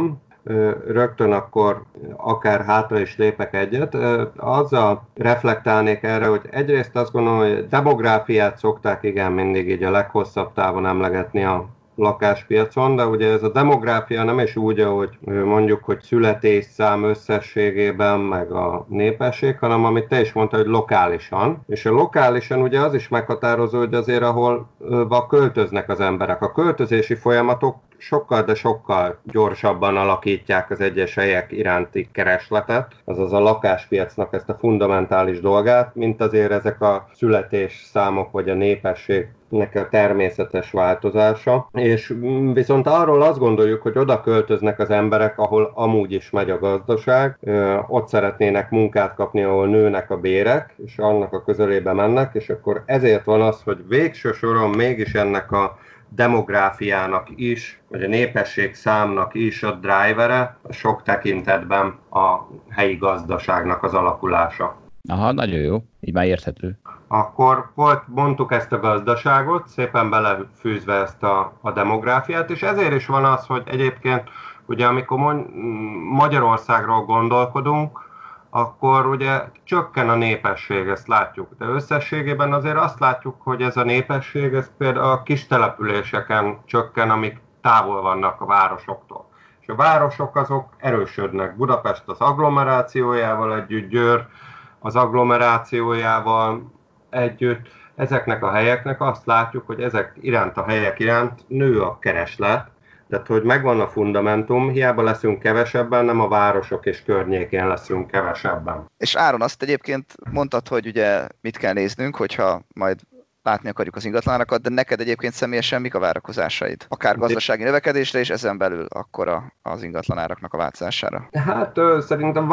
rögtön akkor akár hátra is lépek egyet. Azzal reflektálnék erre, hogy egyrészt azt gondolom, hogy demográfiát szokták igen mindig így a leghosszabb távon emlegetni a lakáspiacon, de ugye ez a demográfia nem is úgy, ahogy mondjuk, hogy születésszám összességében, meg a népesség, hanem amit te is mondtad, hogy lokálisan. És a lokálisan ugye az is meghatározó, hogy azért ahol költöznek az emberek. A költözési folyamatok sokkal, de sokkal gyorsabban alakítják az egyes helyek iránti keresletet, azaz a lakáspiacnak ezt a fundamentális dolgát, mint azért ezek a születésszámok vagy a népességnek a természetes változása. És viszont arról azt gondoljuk, hogy oda költöznek az emberek, ahol amúgy is megy a gazdaság, ott szeretnének munkát kapni, ahol nőnek a bérek, és annak a közelébe mennek, és akkor ezért van az, hogy végső soron mégis ennek a demográfiának is, vagy a népesség számnak is a drivere sok tekintetben a helyi gazdaságnak az alakulása. Aha, nagyon jó, így már érthető. Akkor mondtuk ezt a gazdaságot, szépen belefűzve ezt a demográfiát, és ezért is van az, hogy egyébként ugye amikor Magyarországról gondolkodunk, akkor ugye csökken a népesség, ezt látjuk. De összességében azért azt látjuk, hogy ez a népesség, ez például a kis településeken csökken, amik távol vannak a városoktól. És a városok azok erősödnek. Budapest az agglomerációjával együtt, Győr az agglomerációjával együtt. Ezeknek a helyeknek azt látjuk, hogy ezek iránt a helyek iránt nő a kereslet, tehát, hogy megvan a fundamentum, hiába leszünk kevesebben, nem a városok és környékén leszünk kevesebben. És Áron, azt egyébként mondtad, hogy ugye mit kell néznünk, hogyha majd látni akarjuk az ingatlanárakat, de neked egyébként személyesen mik a várakozásaid? Akár gazdasági növekedésre, és ezen belül akkor az ingatlanáraknak a változására. Hát szerintem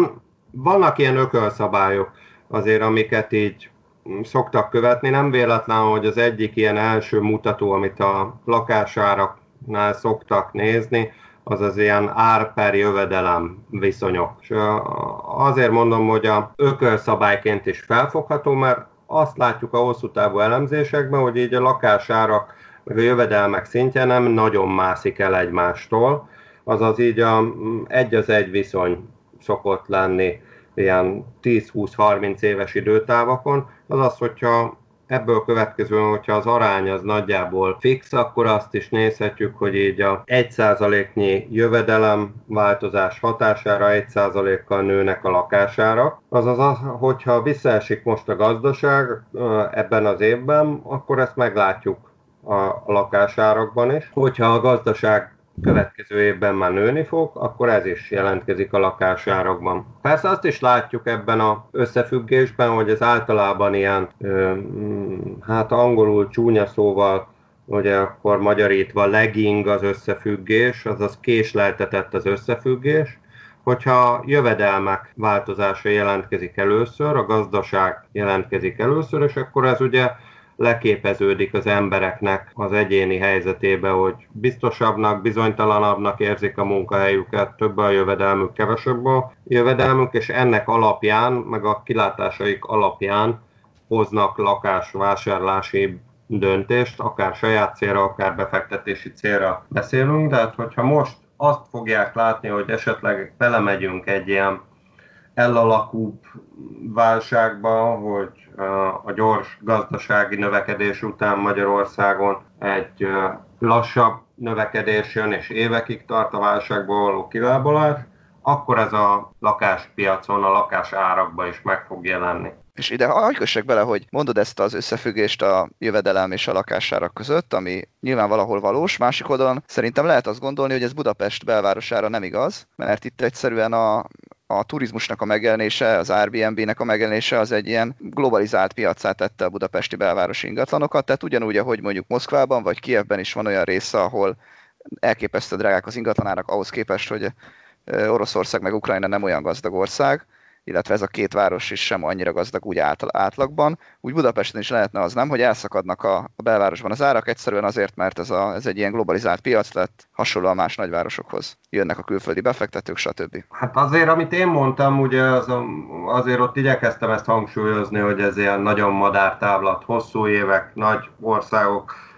vannak ilyen ökölszabályok azért, amiket így szoktak követni. Nem véletlen, hogy az egyik ilyen első mutató, amit a lakásáraknál szoktak nézni, az az ilyen ár per jövedelem viszonyok. És azért mondom, hogy a ökölszabályként is felfogható, mert azt látjuk a hosszú távú elemzésekben, hogy így a lakásárak meg a jövedelmek szintje nem nagyon mászik el egymástól, azaz így egy az egy viszony szokott lenni ilyen 10-20-30 éves időtávokon, azaz, hogyha ebből következően, hogyha az arány az nagyjából fix, akkor azt is nézhetjük, hogy így a 1%-nyi jövedelem változás hatására 1%-kal nőnek a lakásárak. Azaz, hogyha visszaesik most a gazdaság ebben az évben, akkor ezt meglátjuk a lakásárakban is. Hogyha a gazdaság következő évben már nőni fog, akkor ez is jelentkezik a lakásárakban. Persze azt is látjuk ebben az összefüggésben, hogy ez általában ilyen, hát angolul csúnya szóval, ugye akkor magyarítva lagging az összefüggés, azaz késleltetett az összefüggés. Hogyha jövedelmek változása jelentkezik először, a gazdaság jelentkezik először, és akkor ez ugye leképeződik az embereknek az egyéni helyzetébe, hogy biztosabbnak, bizonytalanabbnak érzik a munkahelyüket, több a jövedelmük, kevesebb a jövedelmük, és ennek alapján, meg a kilátásaik alapján hoznak lakásvásárlási döntést, akár saját célra, akár befektetési célra beszélünk, de hát hogyha most azt fogják látni, hogy esetleg belemegyünk egy ilyen elalakúbb válságba, hogy a gyors gazdasági növekedés után Magyarországon egy lassabb növekedés jön, és évekig tart a válságból való kilábalás, akkor ez a lakáspiacon, a lakásárakban is meg fog jelenni. És ide hagyj kössek bele, hogy mondod ezt az összefüggést a jövedelem és a lakásárak között, ami nyilván valahol valós, másik oldalon szerintem lehet azt gondolni, hogy ez Budapest belvárosára nem igaz, mert itt egyszerűen a turizmusnak a megjelenése, az Airbnb-nek a megjelenése az egy ilyen globalizált piacá tette a budapesti belvárosi ingatlanokat, tehát ugyanúgy, ahogy mondjuk Moszkvában vagy Kijevben is van olyan része, ahol elképesztő drágák az ingatlanárak ahhoz képest, hogy Oroszország meg Ukrajna nem olyan gazdag ország, illetve ez a két város is sem annyira gazdag úgy átlagban. Úgy Budapesten is lehetne az nem, hogy elszakadnak a belvárosban az árak, egyszerűen azért, mert ez egy ilyen globalizált piac lett, hasonlóan más nagyvárosokhoz. Jönnek a külföldi befektetők, stb. Hát azért, amit én mondtam, ugye azért ott igyekeztem ezt hangsúlyozni, hogy ez ilyen nagyon madártávlat, hosszú évek, nagy országok,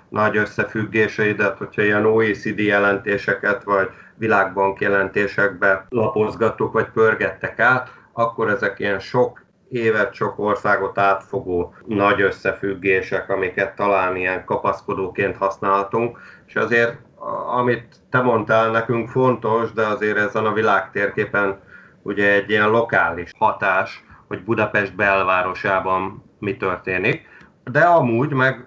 nagy összefüggései, de hogyha ilyen OECD jelentéseket vagy Világbank jelentésekbe lapozgattuk, vagy pörgettek át, akkor ezek ilyen sok évet, sok országot átfogó nagy összefüggések, amiket talán ilyen kapaszkodóként használhatunk, és azért, amit te mondtál, nekünk fontos, de azért ezen a világtérképen ugye egy ilyen lokális hatás, hogy Budapest belvárosában mi történik, de amúgy meg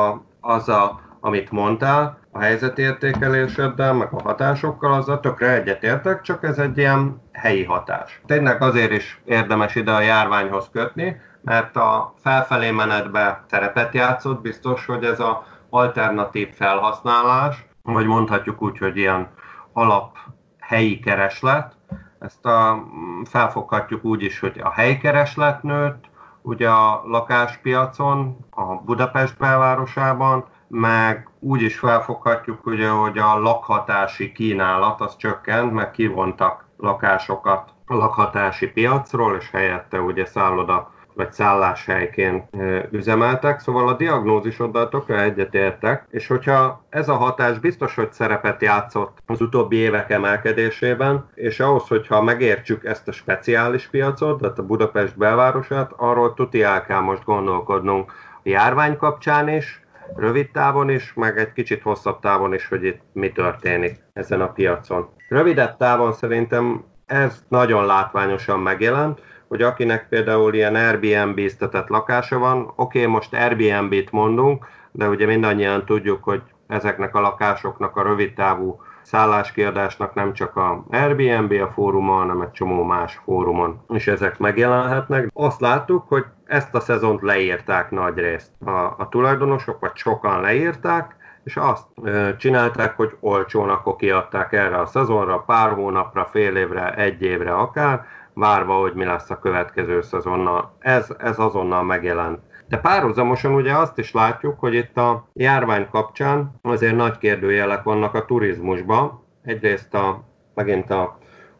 amit mondtál, a helyzetértékeléseddel, meg a hatásokkal, azzal tökre egyetértek, csak ez egy ilyen helyi hatás. Tényleg azért is érdemes ide a járványhoz kötni, mert a felfelé menetbe szerepet játszott, biztos, hogy ez az alternatív felhasználás, vagy mondhatjuk úgy, hogy ilyen alap helyi kereslet, ezt felfoghatjuk úgy is, hogy a helyi kereslet nőtt, ugye a lakáspiacon, a Budapest belvárosában, meg úgy is felfoghatjuk, ugye, hogy a lakhatási kínálat az csökkent, meg kivontak lakásokat a lakhatási piacról, és helyette ugye szálloda vagy szálláshelyként üzemeltek, szóval a diagnózisoddal tökre egyetértek, és hogyha ez a hatás biztos, hogy szerepet játszott az utóbbi évek emelkedésében, és ahhoz, hogyha megértsük ezt a speciális piacot, tehát a Budapest belvárosát, arról tuti el kell most gondolkodnunk a járvány kapcsán is, rövid távon is, meg egy kicsit hosszabb távon is, hogy itt mi történik ezen a piacon. Rövidebb távon szerintem ez nagyon látványosan megjelent, hogy akinek például ilyen Airbnb-ztetett lakása van, oké, most Airbnb-t mondunk, de ugye mindannyian tudjuk, hogy ezeknek a lakásoknak a rövidtávú szálláskiadásnak nem csak a Airbnb a fóruma, hanem egy csomó más fórumon is ezek megjelenhetnek. Azt láttuk, hogy ezt a szezont leírták nagyrészt a tulajdonosok, vagy sokan leírták, és azt csinálták, hogy olcsón akkor kiadták erre a szezonra, pár hónapra, fél évre, egy évre akár, várva, hogy mi lesz a következő szezonnal. Ez azonnal megjelent. De párhuzamosan ugye azt is látjuk, hogy itt a járvány kapcsán azért nagy kérdőjelek vannak a turizmusban. Egyrészt megint a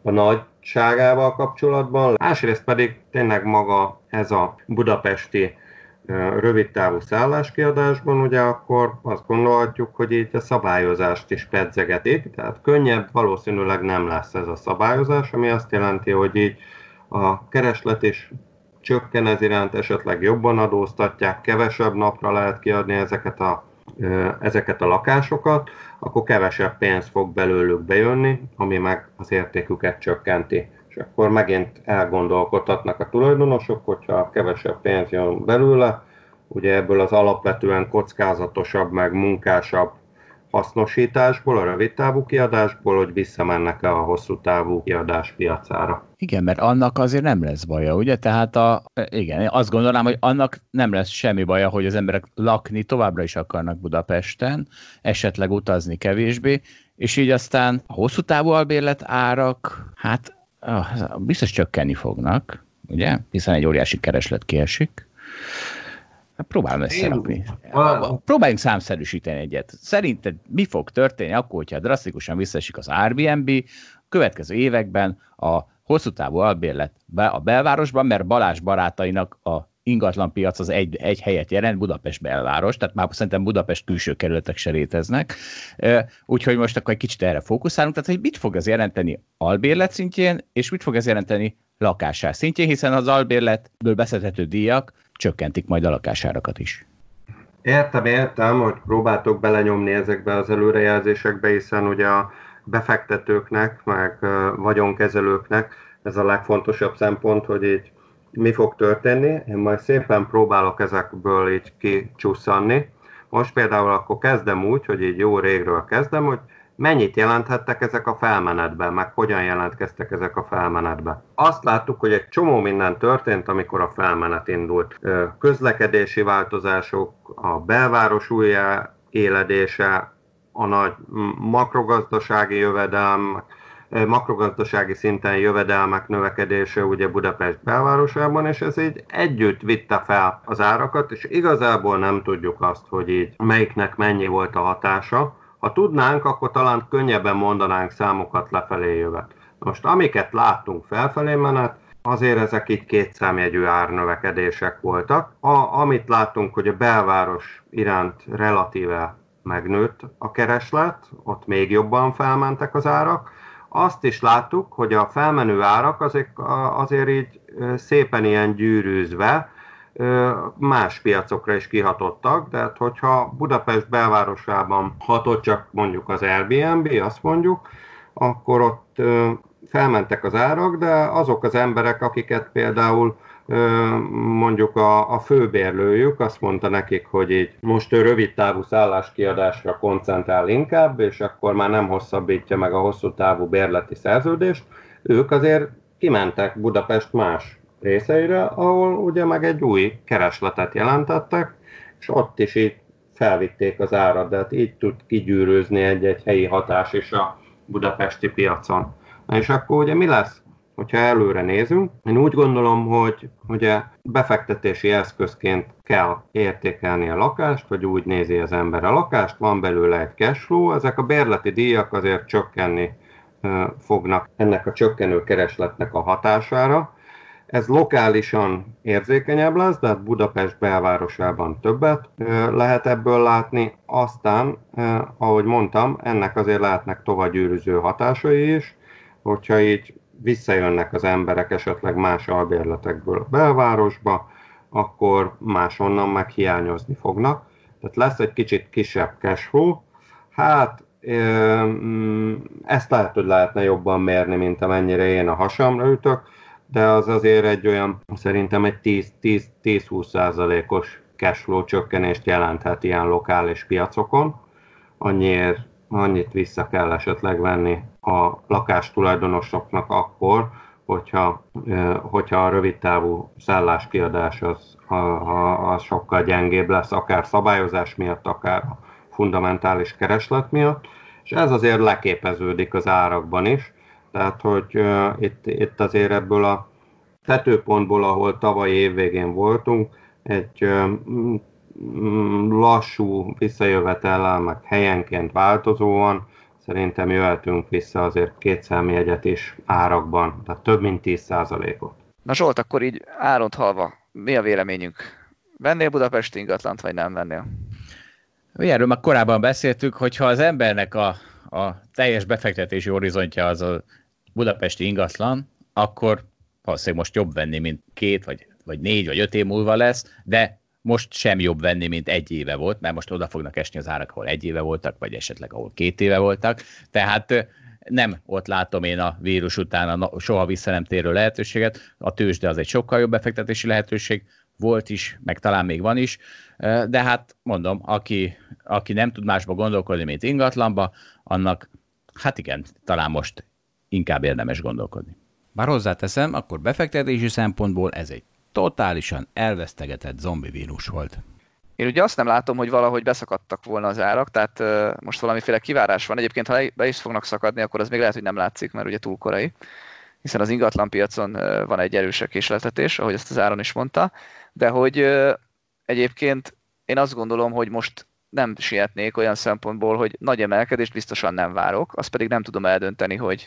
nagyságával kapcsolatban, másrészt pedig tényleg maga ez a budapesti rövidtávú szálláskiadásban, ugye akkor azt gondolhatjuk, hogy így a szabályozást is pedzegetik, tehát könnyebb valószínűleg nem lesz ez a szabályozás, ami azt jelenti, hogy így a kereslet is csökken ez iránt, esetleg jobban adóztatják, kevesebb napra lehet kiadni ezeket a lakásokat, akkor kevesebb pénz fog belőlük bejönni, ami meg az értéküket csökkenti. És akkor megint elgondolkodhatnak a tulajdonosok, hogyha kevesebb pénz jön belőle, ugye ebből az alapvetően kockázatosabb, meg munkásabb hasznosításból, a rövidtávú kiadásból, hogy visszamennek-e a hosszú távú kiadás piacára. Igen, mert annak azért nem lesz baja, ugye? Tehát igen, azt gondolom, hogy annak nem lesz semmi baja, hogy az emberek lakni továbbra is akarnak Budapesten, esetleg utazni kevésbé, és így aztán a hosszú távú albérlet árak, hát biztos csökkenni fognak, ugye? Hiszen egy óriási kereslet kiesik. Próbálom összerakni. Próbáljunk számszerűsíteni egyet. Szerinted mi fog történni akkor, hogyha drasztikusan visszaesik az Airbnb következő években a hosszú távú albérlet a belvárosban, mert Balázs barátainak a ingatlanpiac az egy helyet jelent, Budapest belváros, tehát már szerintem Budapest külső kerületek se léteznek. Úgyhogy most akkor egy kicsit erre fókuszálunk, tehát hogy mit fog ez jelenteni albérlet szintjén, és mit fog ez jelenteni lakásár szintjén, hiszen az albérletből beszedhető díjak csökkentik majd a lakásárakat is. Értem, hogy próbáltok belenyomni ezekbe az előrejelzésekbe, hiszen ugye a befektetőknek, meg vagyonkezelőknek ez a legfontosabb szempont, hogy így mi fog történni. Én majd szépen próbálok ezekből így kicsusszanni. Most például akkor kezdem úgy, hogy így jó régről kezdem, hogy mennyit jelenthettek ezek a felmenetben, meg hogyan jelentkeztek ezek a felmenetben. Azt láttuk, hogy egy csomó minden történt, amikor a felmenet indult. Közlekedési változások, a belváros újjáéledése, a nagy makrogazdasági szinten jövedelmek növekedése ugye Budapest belvárosában, és ez így együtt vitte fel az árakat, és igazából nem tudjuk azt, hogy így melyiknek mennyi volt a hatása. Ha tudnánk, akkor talán könnyebben mondanánk számokat lefelé jövet. Most amiket láttunk felfelé menet, azért ezek így kétszámjegyű árnövekedések voltak. Amit láttunk, hogy a belváros iránt relatíve megnőtt a kereslet, ott még jobban felmentek az árak. Azt is láttuk, hogy a felmenő árak azért így szépen ilyen gyűrűzve más piacokra is kihatottak, de hogyha Budapest belvárosában hatott csak mondjuk az Airbnb, azt mondjuk, akkor ott felmentek az árak, de azok az emberek, akiket például mondjuk a főbérlőjük azt mondta nekik, hogy így most ő rövid távú szálláskiadásra koncentrál inkább, és akkor már nem hosszabbítja meg a hosszú távú bérleti szerződést, ők azért kimentek Budapest más részeire, ahol ugye meg egy új keresletet jelentettek, és ott is így felvitték az árat, de hát így tud kigyűrűzni egy helyi hatás is a budapesti piacon. Na és akkor ugye mi lesz, hogyha előre nézünk? Én úgy gondolom, hogy ugye befektetési eszközként kell értékelni a lakást, vagy úgy nézi az ember a lakást, van belőle egy cash flow, ezek a bérleti díjak azért csökkenni fognak ennek a csökkenő keresletnek a hatására. Ez lokálisan érzékenyebb lesz, de hát Budapest belvárosában többet lehet ebből látni. Aztán, ahogy mondtam, ennek azért lehetnek tovagyűrűző hatásai is, hogyha így visszajönnek az emberek esetleg más albérletekből a belvárosba, akkor máshonnan meg hiányozni fognak. Tehát lesz egy kicsit kisebb cash flow. Hát ezt lehet, hogy lehetne jobban mérni, mint amennyire én a hasamra ütök, de az azért egy olyan, szerintem egy 10-20%-os cashflow csökkenést jelenthet ilyen lokális piacokon. Annyit vissza kell esetleg venni a lakástulajdonosoknak akkor, hogyha a rövidtávú szálláskiadás az sokkal gyengébb lesz, akár szabályozás miatt, akár fundamentális kereslet miatt, és ez azért leképeződik az árakban is. Tehát, hogy itt azért ebből a tetőpontból, ahol tavaly évvégén voltunk, egy lassú visszajövetellel, meg helyenként változóan, szerintem jöhetünk vissza azért kétszámjegyet is árakban, tehát több mint 10%-ot. Na Zsolt, akkor így áront halva, mi a véleményünk? Vennél budapesti ingatlant, vagy nem vennél? Erről már korábban beszéltük, hogyha az embernek a teljes befektetési horizontja az a budapesti ingatlan, akkor valószínűleg most jobb venni, mint 2, vagy 4, vagy 5 év múlva lesz, de most sem jobb venni, mint 1 éve volt, mert most oda fognak esni az árak, ahol 1 éve voltak, vagy esetleg ahol 2 éve voltak. Tehát nem ott látom én a vírus után a soha vissza nem térő lehetőséget. A tőzsde az egy sokkal jobb befektetési lehetőség, volt is, meg talán még van is, de hát mondom, aki nem tud másba gondolkodni, mint ingatlanba, annak hát igen, talán most inkább érdemes gondolkodni. Bár hozzáteszem, akkor befektetési szempontból ez egy totálisan elvesztegetett zombi vírus volt. Én ugye azt nem látom, hogy valahogy beszakadtak volna az árak, tehát most valamiféle kivárás van. Egyébként, ha be is fognak szakadni, akkor az még lehet, hogy nem látszik, mert ugye túl korai, hiszen az ingatlanpiacon van egy erősebb késletetés, ahogy ezt az Áron is mondta, de hogy egyébként én azt gondolom, hogy most nem sietnék olyan szempontból, hogy nagy emelkedést biztosan nem várok, azt pedig nem tudom eldönteni, hogy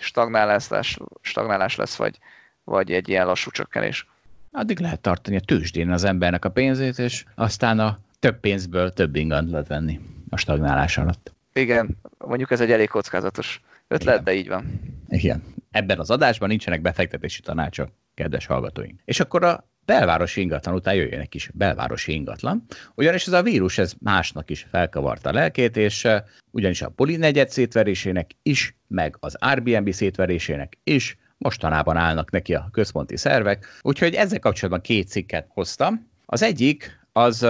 stagnálás lesz, vagy egy ilyen lassú csökkenés. Addig lehet tartani a tőzsdén az embernek a pénzét, és aztán a több pénzből több ingatlant venni a stagnálás alatt. Igen, mondjuk ez egy elég kockázatos ötlet, igen. De így van. Igen. Ebben az adásban nincsenek befektetési tanácsok, kedves hallgatóink. És akkor a belvárosi ingatlan után jöjjön egy kis belvárosi ingatlan, ugyanis ez a vírus ez másnak is felkavarta a lelkét, és ugyanis a Poli negyed szétverésének is, meg az Airbnb szétverésének is mostanában állnak neki a központi szervek, úgyhogy ezzel kapcsolatban 2 cikket hoztam. Az egyik az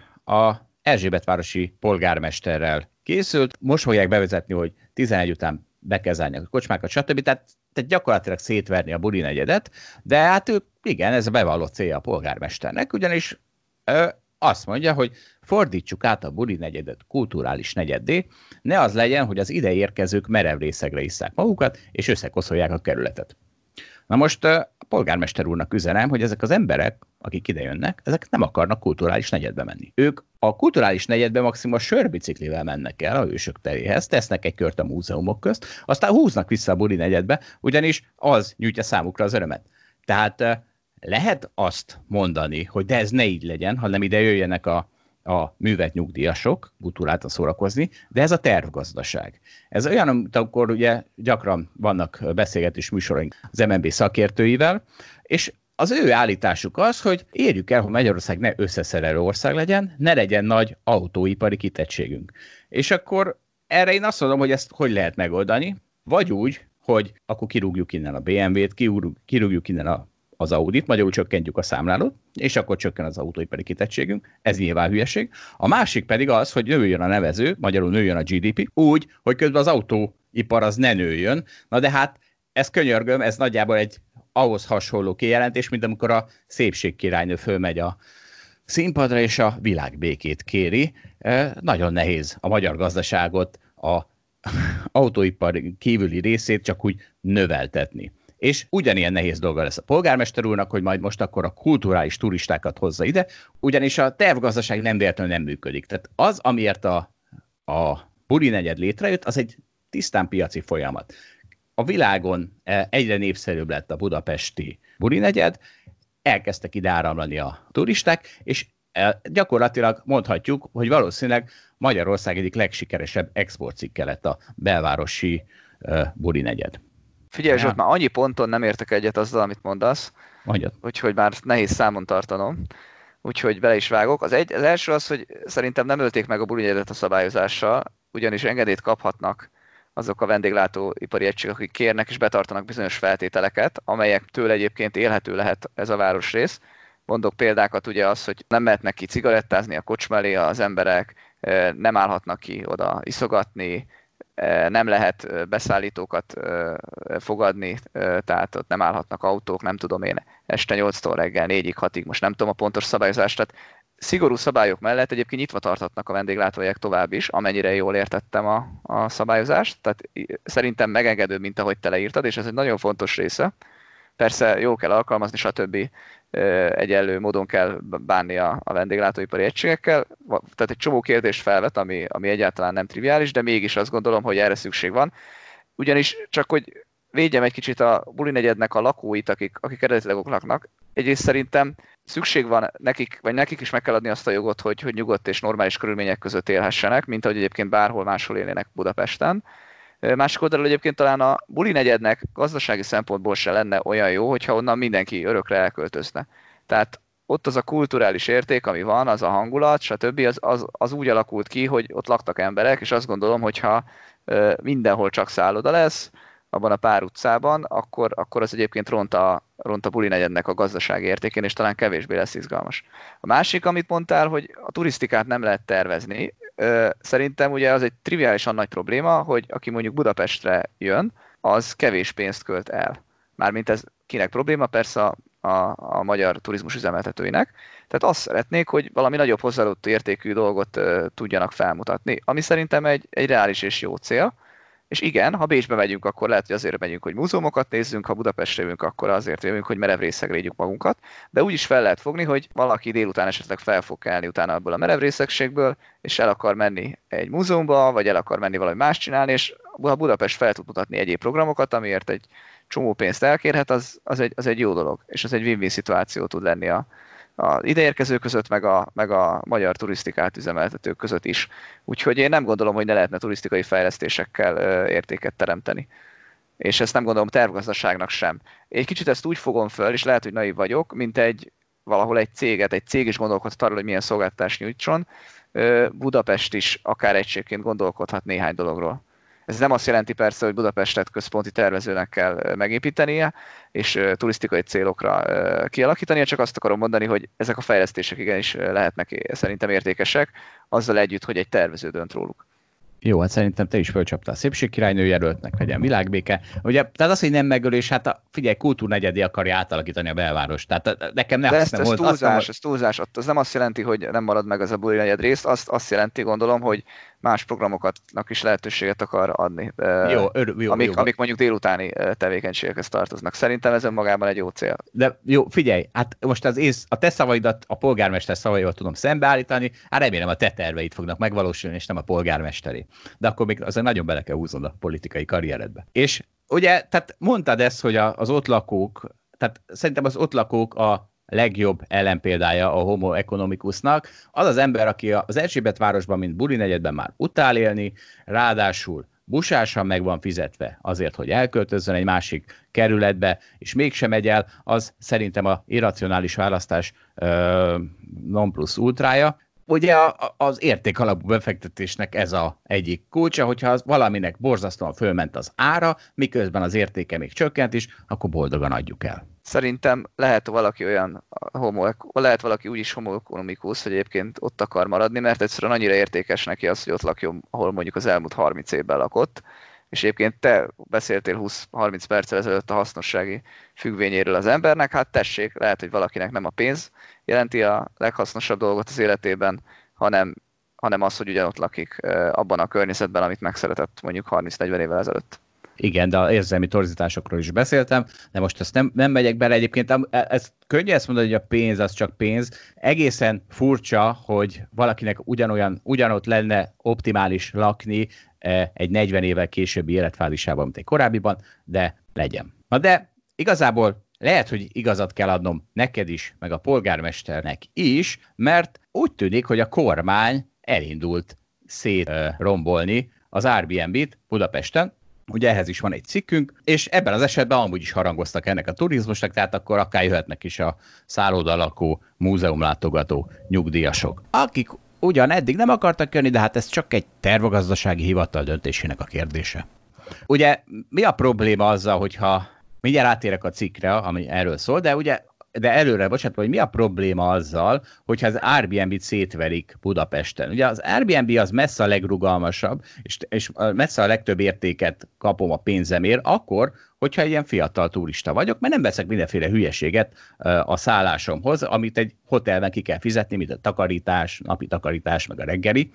a Erzsébetvárosi polgármesterrel készült, most fogják bevezetni, hogy 11 után be kell zárni a kocsmákat, stb. Tehát gyakorlatilag szétverni a buli negyedet, de hát ő, igen, ez a bevallott célja a polgármesternek, ugyanis azt mondja, hogy fordítsuk át a buli negyedet kulturális negyeddé, ne az legyen, hogy az ide érkezők merev részegre isszák magukat, és összekoszolják a kerületet. Na most a polgármester úrnak üzenem, hogy ezek az emberek, akik ide jönnek, ezek nem akarnak kulturális negyedbe menni. Ők a kulturális negyedbe maximum a sörbiciklivel mennek el a Hősök teréhez, tesznek egy kört a múzeumok közt, aztán húznak vissza a buli negyedbe, ugyanis az nyújtja számukra az örömet. Tehát lehet azt mondani, hogy de ez ne így legyen, hanem ide jöjjenek a a művelt nyugdíjasok butuláltan szórakozni, de ez a tervgazdaság. Ez olyan, amit akkor ugye gyakran vannak beszélgetés műsoraink az MNB szakértőivel, és az ő állításuk az, hogy érjük el, hogy Magyarország ne összeszerelő ország legyen, ne legyen nagy autóipari kitettségünk. És akkor erre én azt mondom, hogy ezt hogy lehet megoldani, vagy úgy, hogy akkor kirúgjuk innen a BMW-t, kirúgjuk innen az Audit, magyarul csökkentjük a számlálót, és akkor csökken az autóipari kitettségünk, ez nyilván hülyeség. A másik pedig az, hogy nőjön a nevező, magyarul nőjön a GDP, úgy, hogy közben az autóipar az ne nőjön. Na de hát, ez könyörgöm, ez nagyjából egy ahhoz hasonló kijelentés, mint amikor a szépségkirálynő fölmegy a színpadra, és a világbékét kéri. Nagyon nehéz a magyar gazdaságot, a autóipar kívüli részét csak úgy növeltetni. És ugyanilyen nehéz dolga lesz a polgármester úrnak, hogy majd most akkor a kulturális turistákat hozza ide, ugyanis a tervgazdaság nem véletlenül nem működik. Tehát az, amiért a buli negyed létrejött, az egy tisztán piaci folyamat. A világon egyre népszerűbb lett a budapesti buli negyed, elkezdtek ide áramlani a turisták, és gyakorlatilag mondhatjuk, hogy valószínűleg Magyarország egyik legsikeresebb exportcikke lett a belvárosi buli negyed. Figyelj Zsolt, már annyi ponton nem értek egyet azzal, amit mondasz, úgyhogy már nehéz számon tartanom, úgyhogy bele is vágok. Az első az, hogy szerintem nem ölték meg a buli negyedet a szabályozással, ugyanis engedélyt kaphatnak azok a vendéglátóipari egységek, akik kérnek és betartanak bizonyos feltételeket, amelyektől egyébként élhető lehet ez a városrész. Mondok példákat, ugye az, hogy nem mehetnek ki cigarettázni a kocsma elé az emberek, nem állhatnak ki oda iszogatni, nem lehet beszállítókat fogadni, tehát ott nem állhatnak autók, nem tudom én, este 8-tól reggel 4-ig, 6-ig, most nem tudom a pontos szabályozást, tehát szigorú szabályok mellett egyébként nyitva tarthatnak a vendéglátóhelyek tovább is, amennyire jól értettem a szabályozást, tehát szerintem megengedő, mint ahogy te leírtad, és ez egy nagyon fontos része. Persze jól kell alkalmazni, stb. Egyenlő módon kell bánni a vendéglátóipari egységekkel. Tehát egy csomó kérdést felvet, ami egyáltalán nem triviális, de mégis azt gondolom, hogy erre szükség van. Ugyanis csak, hogy védjem egy kicsit a buli negyednek a lakóit, akik eredetileg ott laknak. Egyrészt szerintem szükség van nekik, vagy nekik is meg kell adni azt a jogot, hogy nyugodt és normális körülmények között élhessenek, mint ahogy egyébként bárhol máshol élnének Budapesten. Másik oldalról egyébként talán a buli negyednek gazdasági szempontból se lenne olyan jó, hogyha onnan mindenki örökre elköltözne. Tehát ott az a kulturális érték, ami van, az a hangulat, stb. Az úgy alakult ki, hogy ott laktak emberek, és azt gondolom, hogyha mindenhol csak szálloda lesz, abban a pár utcában, akkor az egyébként ront a buli negyednek a gazdasági értékén, és talán kevésbé lesz izgalmas. A másik, amit mondtál, hogy a turisztikát nem lehet tervezni, szerintem ugye az egy triviálisan nagy probléma, hogy aki mondjuk Budapestre jön, az kevés pénzt költ el. Mármint ez kinek probléma? Persze a magyar turizmus üzemeltetőinek. Tehát azt szeretnék, hogy valami nagyobb hozzáadott értékű dolgot tudjanak felmutatni, ami szerintem egy reális és jó cél. És igen, ha Bécsbe megyünk, akkor lehet, hogy azért megyünk, hogy múzeumokat nézzünk, ha Budapestre jövünk, akkor azért jövünk, hogy merevrészegre védjük magunkat. De úgy is fel lehet fogni, hogy valaki délután esetleg fel fog kelni utána abból a merevrészegségből, és el akar menni egy múzeumba, vagy el akar menni valami más csinálni, és ha Budapest fel tud mutatni egyéb programokat, amiért egy csomó pénzt elkérhet, az egy jó dolog, és az egy win-win szituáció tud lenni az ideérkezők között, meg a magyar turisztikát üzemeltetők között is. Úgyhogy én nem gondolom, hogy ne lehetne turisztikai fejlesztésekkel értéket teremteni. És ezt nem gondolom tervgazdaságnak sem. Egy kicsit ezt úgy fogom föl, és lehet, hogy naiv vagyok, mint valahol egy cég is gondolkodhat arról, hogy milyen szolgáltatást nyújtson. Budapest is akár egységként gondolkodhat néhány dologról. Ez nem azt jelenti persze, hogy Budapestet központi tervezőnek kell megépítenie, és turisztikai célokra kialakítania, csak azt akarom mondani, hogy ezek a fejlesztések igenis lehetnek szerintem értékesek, azzal együtt, hogy egy tervező dönt róluk. Jó, hát szerintem te is fölcsaptál a szépségkirálynő jelöltnek, legyen világbéke. Ugye, tehát az, hogy nem megölés, hát figyelj, kultúrnegyedé akarja átalakítani a belvárost. Tehát nekem ne ez túlzás. Az nem azt jelenti, hogy nem marad meg az a buli negyed rész, azt jelenti, gondolom, hogy más programoknak is lehetőséget akar adni, amik mondjuk délutáni tevékenységekhez tartoznak. Szerintem ez önmagában egy jó cél. De jó, figyelj, hát most a te szavaidat a polgármester szavaival tudom szembeállítani, hát remélem a te terveid fognak megvalósulni, és nem a polgármesteré. De akkor még azért nagyon bele kell húznod a politikai karrieredbe. És ugye, tehát mondtad ezt, hogy az ott lakók, tehát szerintem az ott lakók legjobb ellenpéldája a homo economicusnak. Az az ember, aki az Erzsébetvárosban, mint buli negyedben már utál élni, ráadásul busásan meg van fizetve azért, hogy elköltözzön egy másik kerületbe, és mégsem megy el, az szerintem a irracionális választás non plus ultrája. Ugye az értékalapú befektetésnek ez az egyik kulcsa, hogyha az valaminek borzasztóan fölment az ára, miközben az értéke még csökkent is, akkor boldogan adjuk el. Szerintem lehet valaki úgy is homo economicus, hogy egyébként ott akar maradni, mert egyszerűen annyira értékes neki az, hogy ott lakjon, ahol mondjuk az elmúlt 30 évben lakott, és egyébként te beszéltél 20-30 perccel ezelőtt a hasznossági függvényéről az embernek, hát tessék, lehet, hogy valakinek nem a pénz jelenti a leghasznosabb dolgot az életében, hanem az, hogy ugyanott lakik abban a környezetben, amit megszeretett mondjuk 30-40 évvel ezelőtt. Igen, de az érzelmi torzításokról is beszéltem, de most ezt nem megyek bele. Egyébként ez könnyű ezt mondani, hogy a pénz az csak pénz. Egészen furcsa, hogy valakinek ugyanott lenne optimális lakni egy 40 évvel későbbi életfázisában, mint egy korábbiban, de legyen. Na de igazából lehet, hogy igazat kell adnom neked is, meg a polgármesternek is, mert úgy tűnik, hogy a kormány elindult szétrombolni az Airbnb-t Budapesten. Ugye ehhez is van egy cikkünk, és ebben az esetben amúgy is harangoztak ennek a turizmusnak, tehát akkor akár jöhetnek is a szállodán lakó, múzeumlátogató nyugdíjasok, akik ugyan eddig nem akartak jönni, de hát ez csak egy tervgazdasági hivatal döntésének a kérdése. Ugye mi a probléma azzal, hogyha mindjárt átérek a cikkre, ami erről szól, de előre, bocsánat, hogy mi a probléma azzal, hogyha az Airbnb-t szétverik Budapesten. Ugye az Airbnb az messze a legrugalmasabb, és messze a legtöbb értéket kapom a pénzemért, akkor, hogyha ilyen fiatal turista vagyok, mert nem veszek mindenféle hülyeséget a szállásomhoz, amit egy hotelben ki kell fizetni, mint a takarítás, napi takarítás, meg a reggeli.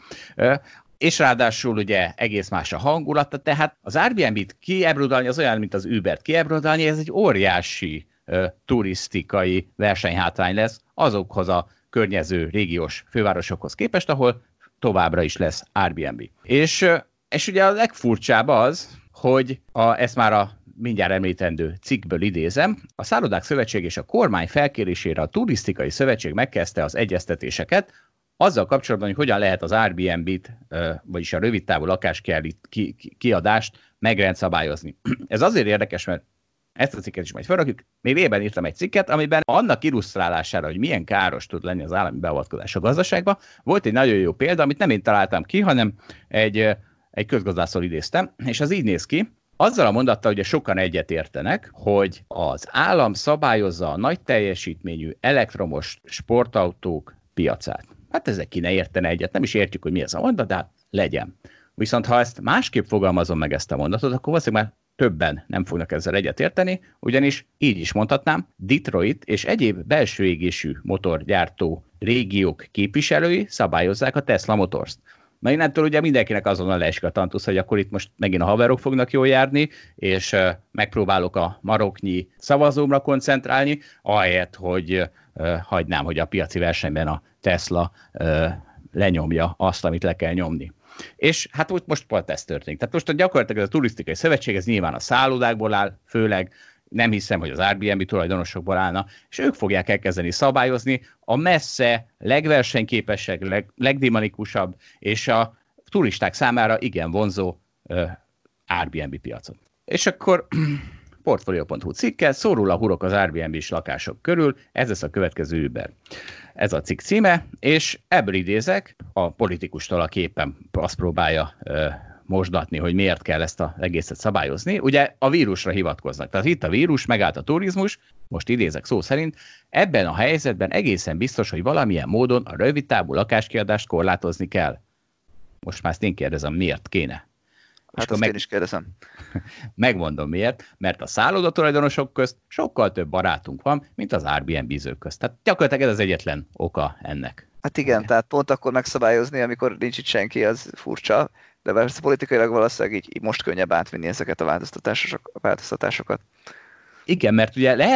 És ráadásul ugye egész más a hangulata, tehát az Airbnb-t kiebrodalni az olyan, mint az Ubert kiebrodalni, ez egy óriási turisztikai versenyhátrány lesz azokhoz a környező régiós fővárosokhoz képest, ahol továbbra is lesz Airbnb. És ugye a legfurcsább az, hogy ezt már a mindjárt említendő cikkből idézem, a Szállodák Szövetség és a kormány felkérésére a Turisztikai Szövetség megkezdte az egyeztetéseket, azzal kapcsolatban, hogy hogyan lehet az Airbnb-t, vagyis a rövidtávú lakáskiadást megrendszabályozni. Ez azért érdekes, mert ezt a cikket is majd felrakjuk. Még régen írtam egy cikket, amiben annak illusztrálására, hogy milyen káros tud lenni az állami beavatkozás a gazdaságba, volt egy nagyon jó példa, amit nem én találtam ki, hanem egy közgazdásztól idéztem, és az így néz ki. Azzal a mondattal ugye sokan egyetértenek, hogy az állam szabályozza a nagy teljesítményű elektromos sportautók piacát. Hát ezek ki ne értene egyet, nem is értjük, hogy mi ez a mondat, de hát legyen. Viszont ha ezt másképp fogalmazom meg ezt a mondatot, akkor valószínűleg már többen nem fognak ezzel egyetérteni, ugyanis így is mondhatnám, Detroit és egyéb belső égésű motorgyártó régiók képviselői szabályozzák a Tesla Motors-t. Na innentől ugye mindenkinek azonnal leesik a tantusz, hogy akkor itt most megint a haverok fognak jól járni, és megpróbálok a maroknyi szavazómra koncentrálni, ahelyett, hogy hagynám, hogy a piaci versenyben a Tesla lenyomja azt, amit le kell nyomni. És hát most pont ez történik. Tehát most gyakorlatilag ez a turisztikai szövetség, ez nyilván a szállodákból áll, főleg nem hiszem, hogy az Airbnb tulajdonosokból állna, és ők fogják elkezdeni szabályozni a messze legversenyképesebb, legdinamikusabb, és a turisták számára igen vonzó Airbnb piacot. És akkor Portfolio.hu cikke, szórul a hurok az Airbnb-s lakások körül, ez lesz a következő Uber. Ez a cikk címe, és ebből idézek, a politikustól, aki éppen azt próbálja mosdatni, hogy miért kell ezt az egészet szabályozni. Ugye a vírusra hivatkoznak. Tehát itt a vírus, megállt a turizmus, most idézek szó szerint, ebben a helyzetben egészen biztos, hogy valamilyen módon a rövidtávú lakáskiadást korlátozni kell. Most már ezt én kérdezem, miért kéne? Hát azt én is kérdezem. Megmondom miért, mert a szállodatulajdonosok közt sokkal több barátunk van, mint az Airbnb-zők közt. Tehát gyakorlatilag ez az egyetlen oka ennek. Hát igen, tehát pont akkor megszabályozni, amikor nincs itt senki, az furcsa, de politikailag valószínűleg így most könnyebb átvinni ezeket a változtatásokat. Igen, mert ugye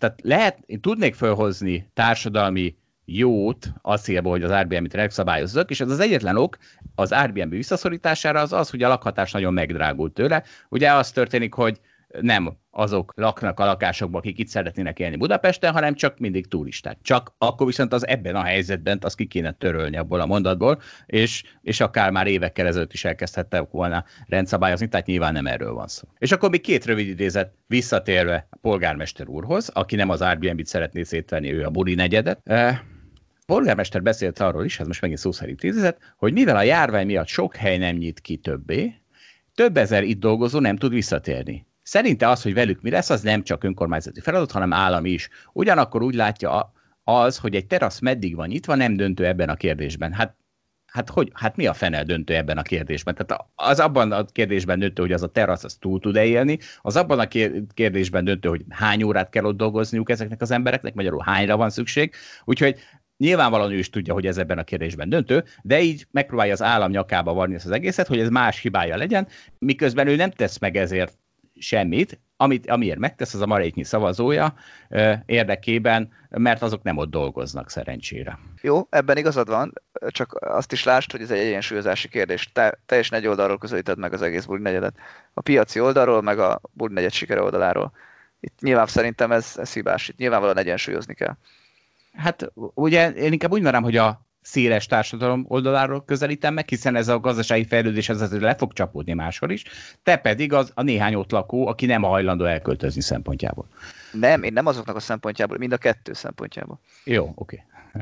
én tudnék felhozni társadalmi jót a célból, hogy az Airbnb-t megszabályozzak, és ez az egyetlen ok az Airbnb visszaszorítására az, hogy a lakhatás nagyon megdrágult tőle. Ugye az történik, hogy nem azok laknak a lakásokban, akik itt szeretnének élni Budapesten, hanem csak mindig turisták. Csak akkor viszont az ebben a helyzetben azt ki kéne törölni abból a mondatból, és akár már évekkel ezelőtt is elkezdhettek volna rendszabályozni, tehát nyilván nem erről van szó. És akkor még 2 rövid idézet visszatérve a polgármester úrhoz, aki nem az Airbnb-t szeretné szétvenni, ő a buli negyedet. Polgármester beszélt arról is, ez most megint szó szerint idézet, hogy mivel a járvány miatt sok hely nem nyit ki többé, több ezer itt dolgozó nem tud visszatérni. Szerinte az, hogy velük mi lesz, az nem csak önkormányzati feladat, hanem állami is. Ugyanakkor úgy látja az, hogy egy terasz meddig van nyitva, nem döntő ebben a kérdésben. Hát mi a fene döntő ebben a kérdésben? Tehát az abban a kérdésben döntő, hogy az a terasz az túl tud-e élni, az abban a kérdésben döntő, hogy hány órát kell ott dolgozniuk ezeknek az embereknek, magyarul hányra van szükség. Úgyhogy nyilvánvalóan ő is tudja, hogy ez ebben a kérdésben döntő, de így megpróbálja az állam nyakába varni ezt az egészet, hogy ez más hibája legyen, miközben ő nem tesz meg ezért semmit, amiért megtesz, az a maréknyi szavazója érdekében, mert azok nem ott dolgoznak szerencsére. Jó, ebben igazad van, csak azt is lásd, hogy ez egy egyensúlyozási kérdés. Teljesen egy oldalról közelíted meg az egész Budi negyedet. A piaci oldalról, meg a Budi negyed sikere oldaláról. Itt nyilván szerintem ez hibás, itt nyilvánvalóan egyensúlyozni kell. Hát ugye én inkább úgy mondanám, hogy a széles társadalom oldaláról közelítem meg, hiszen ez a gazdasági fejlődés az azért le fog csapódni máshol is, te pedig a néhány ott lakó, aki nem hajlandó elköltözni szempontjából. Nem, én nem azoknak a szempontjából, mind a kettő szempontjából. Jó, oké.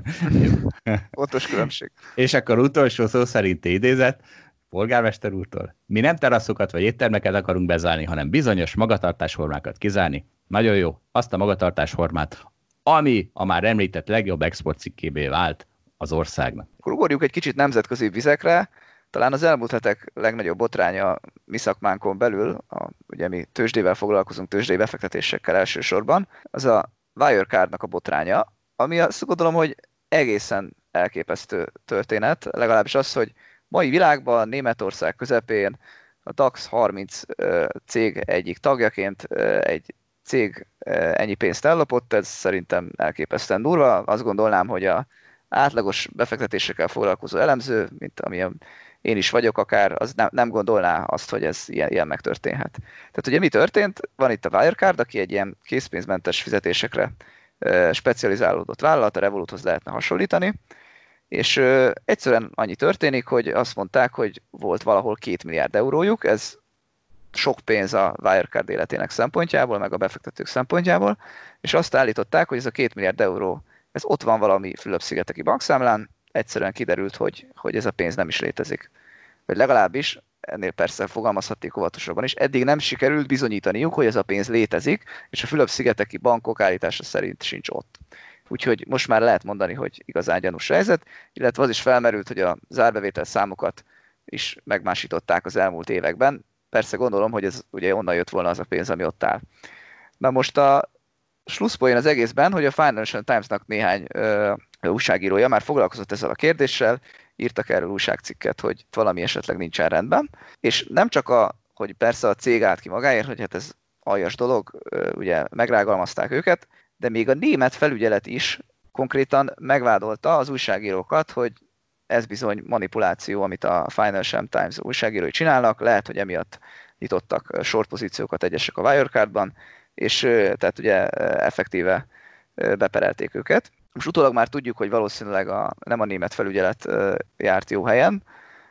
Pontos különbség. És akkor utolsó szó szerinti idézet, polgármester úrtól. Mi nem teraszokat vagy éttermeket akarunk bezárni, hanem bizonyos magatartásformákat kizárni. Nagyon jó, azt a magatartásformát, ami a már említett legjobb exportcikkébé vált az országnak. Akkor ugorjuk egy kicsit nemzetközi vizekre. Talán az elmúlt hetek legnagyobb botránya mi szakmánkon belül, ugye mi tőzsdével foglalkozunk, tőzsdei befektetésekkel elsősorban, az a Wirecardnak a botránya, ami azt gondolom, hogy egészen elképesztő történet, legalábbis az, hogy mai világban, Németország közepén a DAX 30 cég egyik tagjaként egy cég ennyi pénzt ellopott, ez szerintem elképesztően durva. Azt gondolnám, hogy a átlagos befektetésekkel foglalkozó elemző, mint amilyen én is vagyok akár, az nem gondolná azt, hogy ez ilyen megtörténhet. Tehát ugye mi történt? Van itt a Wirecard, aki egy ilyen készpénzmentes fizetésekre specializálódott vállalat, a Revoluthoz lehetne hasonlítani, és egyszerűen annyi történik, hogy azt mondták, hogy volt valahol 2 milliárd eurójuk, ez sok pénz a Wirecard életének szempontjából, meg a befektetők szempontjából, és azt állították, hogy ez a 2 milliárd euró, ez ott van valami Fülöp-szigeteki bankszámlán, egyszerűen kiderült, hogy ez a pénz nem is létezik. Vagy legalábbis, ennél persze fogalmazhatnék óvatosabban is, eddig nem sikerült bizonyítaniuk, hogy ez a pénz létezik, és a Fülöp-szigeteki bankok állítása szerint sincs ott. Úgyhogy most már lehet mondani, hogy igazán gyanús helyzet, illetve az is felmerült, hogy a zárbevétel számokat is megmásították az elmúlt években. Persze gondolom, hogy ez ugye onnan jött volna az a pénz, ami ott áll. Na most a slusszpoén az egészben, hogy a Financial Times-nak néhány újságírója már foglalkozott ezzel a kérdéssel, írtak erről újságcikket, hogy valami esetleg nincsen rendben, és nem csak hogy persze a cég állt ki magáért, hogy hát ez aljas dolog, ugye megrágalmazták őket, de még a német felügyelet is konkrétan megvádolta az újságírókat, hogy ez bizony manipuláció, amit a Financial Times újságírói csinálnak, lehet, hogy emiatt nyitottak short pozíciókat egyesek a Wirecardban, és tehát ugye effektíve beperelték őket. Most utólag már tudjuk, hogy valószínűleg nem a német felügyelet járt jó helyen,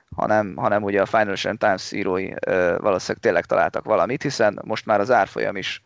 hanem ugye a Financial Times írói valószínűleg tényleg találtak valamit, hiszen most már az árfolyam is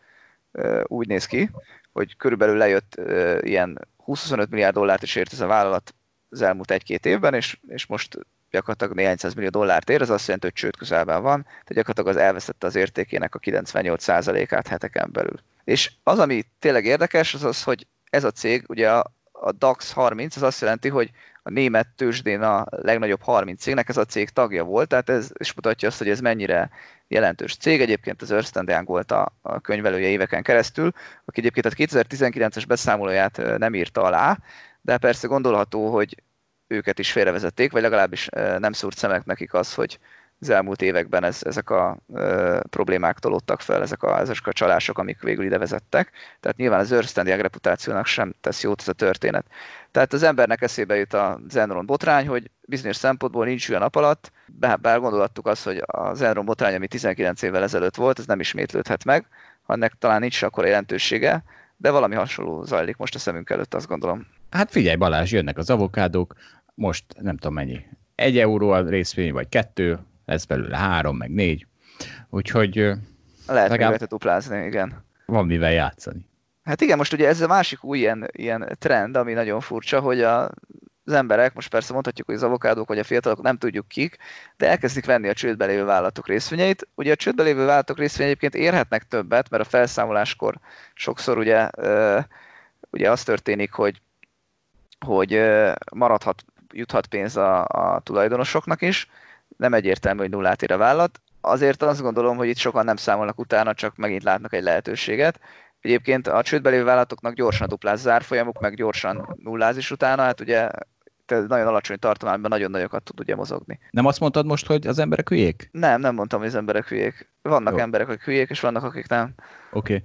úgy néz ki, hogy körülbelül lejött ilyen 20-25 milliárd dollárt is ért ez a vállalat az elmúlt 1-2 évben, és most gyakorlatilag néhány millió dollárt ér, az azt jelenti, hogy csőd közelben van, tehát gyakorlatilag az elvesztette az értékének a 98%-át heteken belül. És az, ami tényleg érdekes, az az, hogy ez a cég, ugye a DAX 30, az azt jelenti, hogy a német tőzsdén a legnagyobb 30 cégnek ez a cég tagja volt, tehát ez is mutatja azt, hogy ez mennyire jelentős cég. Egyébként az Ernst & Young volt a könyvelője éveken keresztül, aki egyébként a 2019-es beszámolóját nem írta alá, de persze gondolható, hogy őket is félrevezették, vagy legalábbis nem szúrt szemek nekik az, hogy az elmúlt években ezek a problémák tolódtak fel, ezek a csalások, amik végül ide vezettek. Tehát nyilván az Ernst & Young reputációnak sem tesz jót ez a történet. Tehát az embernek eszébe jut a Enron botrány, hogy bizonyos szempontból nincs olyan nap alatt, bár gondolattuk azt, hogy az Enron botrány, ami 19 évvel ezelőtt volt, ez nem ismétlődhet meg, annak talán nincs akkora jelentősége, de valami hasonló zajlik most a szemünk előtt, azt gondolom. Hát figyelj Balázs, jönnek az avokádók, most nem tudom mennyi, 1 euró a részvény, vagy 2, lesz belőle 3, meg 4, úgyhogy lehet még vele duplázni, igen. Van mivel játszani. Hát igen, most ugye ez a másik új ilyen trend, ami nagyon furcsa, hogy az emberek, most persze mondhatjuk, hogy az avokádók vagy a fiatalok, nem tudjuk kik, de elkezdik venni a csődbe lévő vállalatok részvényeit. Ugye a csődbe lévő vállalatok részvényei egyébként érhetnek többet, mert a felszámoláskor sokszor ugye az történik, hogy juthat pénz a tulajdonosoknak is, nem egyértelmű, hogy nullát ér a vállalat. Azért azt gondolom, hogy itt sokan nem számolnak utána, csak megint látnak egy lehetőséget. Egyébként a csődbe lévő vállalatoknak gyorsan dupláz zárfolyamuk, meg gyorsan nullázis utána, hát ugye nagyon alacsony tartományban nagyon nagyokat tud ugye mozogni. Nem azt mondtad most, hogy az emberek hülyék? Nem mondtam, hogy az emberek hülyék. Vannak Jó. emberek, akik hülyék, és vannak, akik nem. Oké.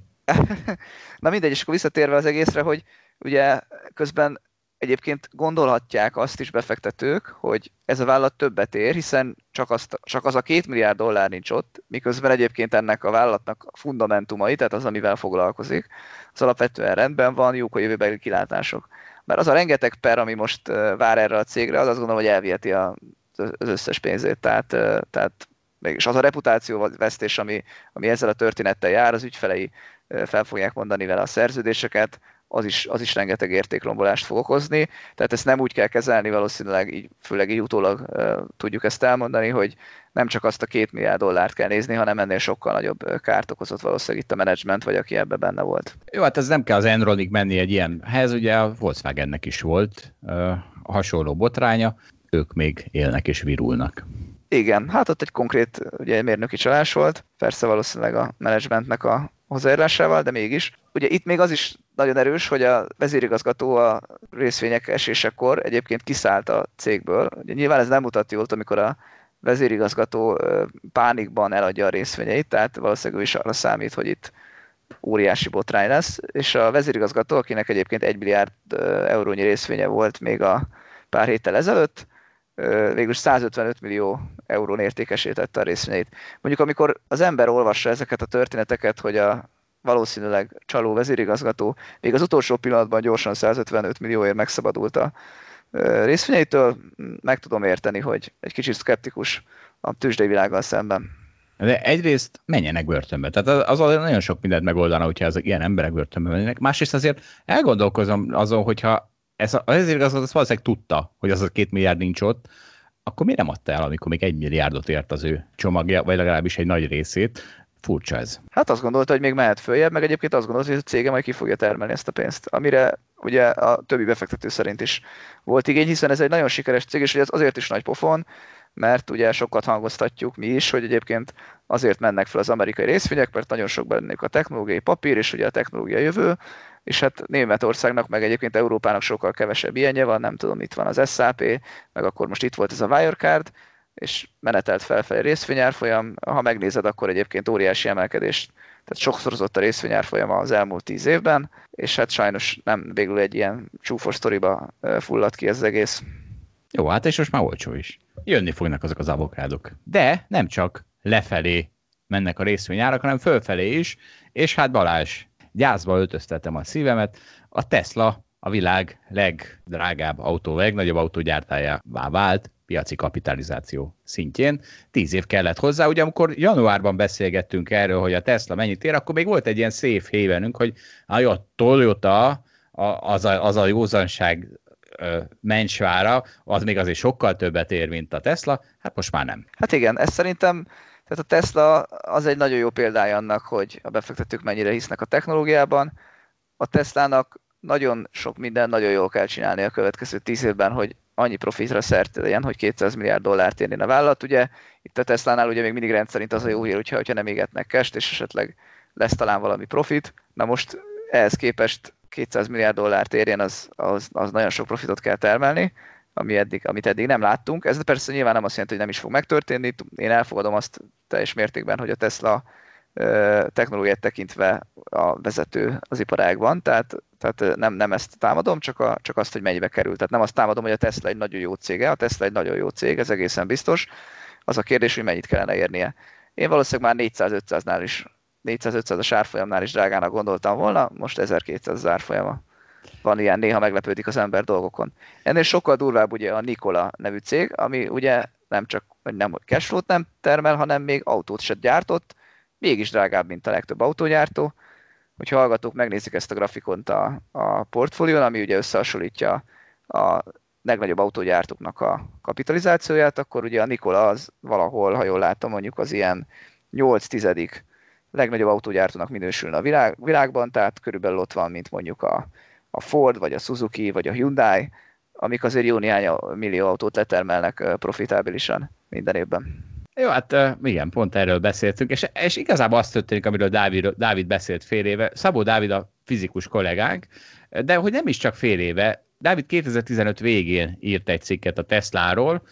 Na mindegy, és akkor visszatérve az egészre, hogy ugye közben egyébként gondolhatják azt is befektetők, hogy ez a vállalat többet ér, hiszen csak az a $2 milliárd nincs ott, miközben egyébként ennek a vállalatnak a fundamentumai, tehát az, amivel foglalkozik, az alapvetően rendben van, jók a jövőbeli kilátások. Mert az a rengeteg per, ami most vár erre a cégre, az azt gondolom, hogy elviheti az összes pénzét. Tehát mégis az a reputációvesztés, ami ezzel a történettel jár, az ügyfelei fel fogják mondani vele a szerződéseket, az is rengeteg értékrombolást fog okozni, tehát ezt nem úgy kell kezelni, valószínűleg főleg így utólag tudjuk ezt elmondani, hogy nem csak azt a $2 milliárd kell nézni, hanem ennél sokkal nagyobb kárt okozott valószínűleg itt a menedzsment, vagy aki ebben benne volt. Jó, hát ez nem kell az Enronig menni egy ilyenhez, ugye a Volkswagennek is volt hasonló botránya, ők még élnek és virulnak. Igen, hát ott egy konkrét ugye, mérnöki csalás volt, persze valószínűleg a menedzsmentnek a hozzájárulásával, de mégis. Ugye itt még az is nagyon erős, hogy a vezérigazgató a részvények esésekor egyébként kiszállt a cégből. Ugye nyilván ez nem mutat jót, amikor a vezérigazgató pánikban eladja a részvényeit, tehát valószínűleg ő is arra számít, hogy itt óriási botrány lesz, és a vezérigazgató, akinek egyébként 1 milliárd eurónyi részvénye volt még a pár héttel ezelőtt, végül 155 millió eurón értékesítette a részvényeit. Mondjuk amikor az ember olvassa ezeket a történeteket, hogy a valószínűleg csaló vezérigazgató még az utolsó pillanatban gyorsan 155 millióért megszabadult a részvényeitől, meg tudom érteni, hogy egy kicsit szkeptikus a tőzsdei világgal szemben. De egyrészt menjenek börtönbe. Tehát az nagyon sok mindent megoldana, hogyha az ilyen emberek börtönbe mennek. Másrészt azért elgondolkozom azon, hogyha az vezérigazgató valószínűleg tudta, hogy az a 2 milliárd nincs ott, akkor miért nem adta el, amikor még 1 milliárdot ért az ő csomagja, vagy legalábbis egy nagy részét? Furcsa ez. Hát azt gondolta, hogy még mehet följebb, meg egyébként azt gondolta, hogy a cége majd ki fogja termelni ezt a pénzt, amire ugye a többi befektető szerint is volt igény, hiszen ez egy nagyon sikeres cég, és ez azért is nagy pofon, mert ugye sokat hangoztatjuk mi is, hogy egyébként azért mennek fel az amerikai részvények, mert nagyon sok bennük a technológiai papír, és ugye a technológia jövő, és hát Németországnak, meg egyébként Európának sokkal kevesebb ilyenje van, nem tudom, itt van az SAP, meg akkor most itt volt ez a Wirecard, és menetelt felfelé részvényárfolyam, ha megnézed, akkor egyébként óriási emelkedés, tehát sokszorozott a részvényárfolyama az elmúlt 10 évben, és hát sajnos nem végül egy ilyen csúfos sztoriba fulladt ki ez az egész. Jó, hát és most már olcsó is. Jönni fognak azok az avokádok. De nem csak lefelé mennek a részvényárak, hanem fölfelé is, és hát Balázs, gyászba öltöztetem a szívemet, a Tesla a világ legdrágább autó, legnagyobb autógyártájává vált, piaci kapitalizáció szintjén. 10 év kellett hozzá. Ugye amikor januárban beszélgettünk erről, hogy a Tesla mennyit ér, akkor még volt egy ilyen szép hévenünk, hogy a Toyota, az a józanság mencsvára, az még azért sokkal többet ér, mint a Tesla, hát most már nem. Hát igen, ez szerintem, tehát a Tesla az egy nagyon jó példája annak, hogy a befektetők mennyire hisznek a technológiában. A Teslának nagyon sok minden nagyon jól kell csinálni a következő 10 évben, hogy annyi profitra szert legyen, hogy $200 milliárd érjen a vállalat. Ugye itt a Teslánál ugye még mindig rendszerint az a jó hír, hogyha nem égetnek cash-t, és esetleg lesz talán valami profit. Na most ehhez képest $200 milliárd érjen, az nagyon sok profitot kell termelni, amit eddig nem láttunk. Ez persze nyilván nem azt jelenti, hogy nem is fog megtörténni. Én elfogadom azt teljes mértékben, hogy a Tesla technológiát tekintve a vezető az iparágban, tehát nem ezt támadom, csak azt, hogy mennyibe kerül. Tehát nem azt támadom, hogy a Tesla egy nagyon jó cége, a Tesla egy nagyon jó cég, ez egészen biztos. Az a kérdés, hogy mennyit kellene érnie. Én valószínűleg már 400-500-nál is, 400-500-as árfolyamnál is drágának gondoltam volna, most 1200 az árfolyama. Van ilyen, néha meglepődik az ember dolgokon. Ennél sokkal durvább ugye a Nikola nevű cég, ami ugye nem csak, hogy nem cashflow-t nem termel, hanem még autót se gyártott, mégis drágább, mint a legtöbb autógyártó. Hogyha hallgatók megnézik ezt a grafikont a portfólión, ami ugye összehasonlítja a legnagyobb autógyártóknak a kapitalizációját, akkor ugye a Nikola az valahol, ha jól látom, mondjuk az ilyen 8/10 legnagyobb autógyártónak minősülne a világban, tehát körülbelül ott van, mint mondjuk a Ford, vagy a Suzuki, vagy a Hyundai, amik azért jó néhány millió autót letermelnek profitábilisan minden évben. Jó, hát igen, pont erről beszéltünk, és igazából azt történik, amiről Dávid beszélt fél éve. Szabó Dávid a fizikus kollégánk, de hogy nem is csak fél éve, Dávid 2015 végén írt egy cikket a Tesláról,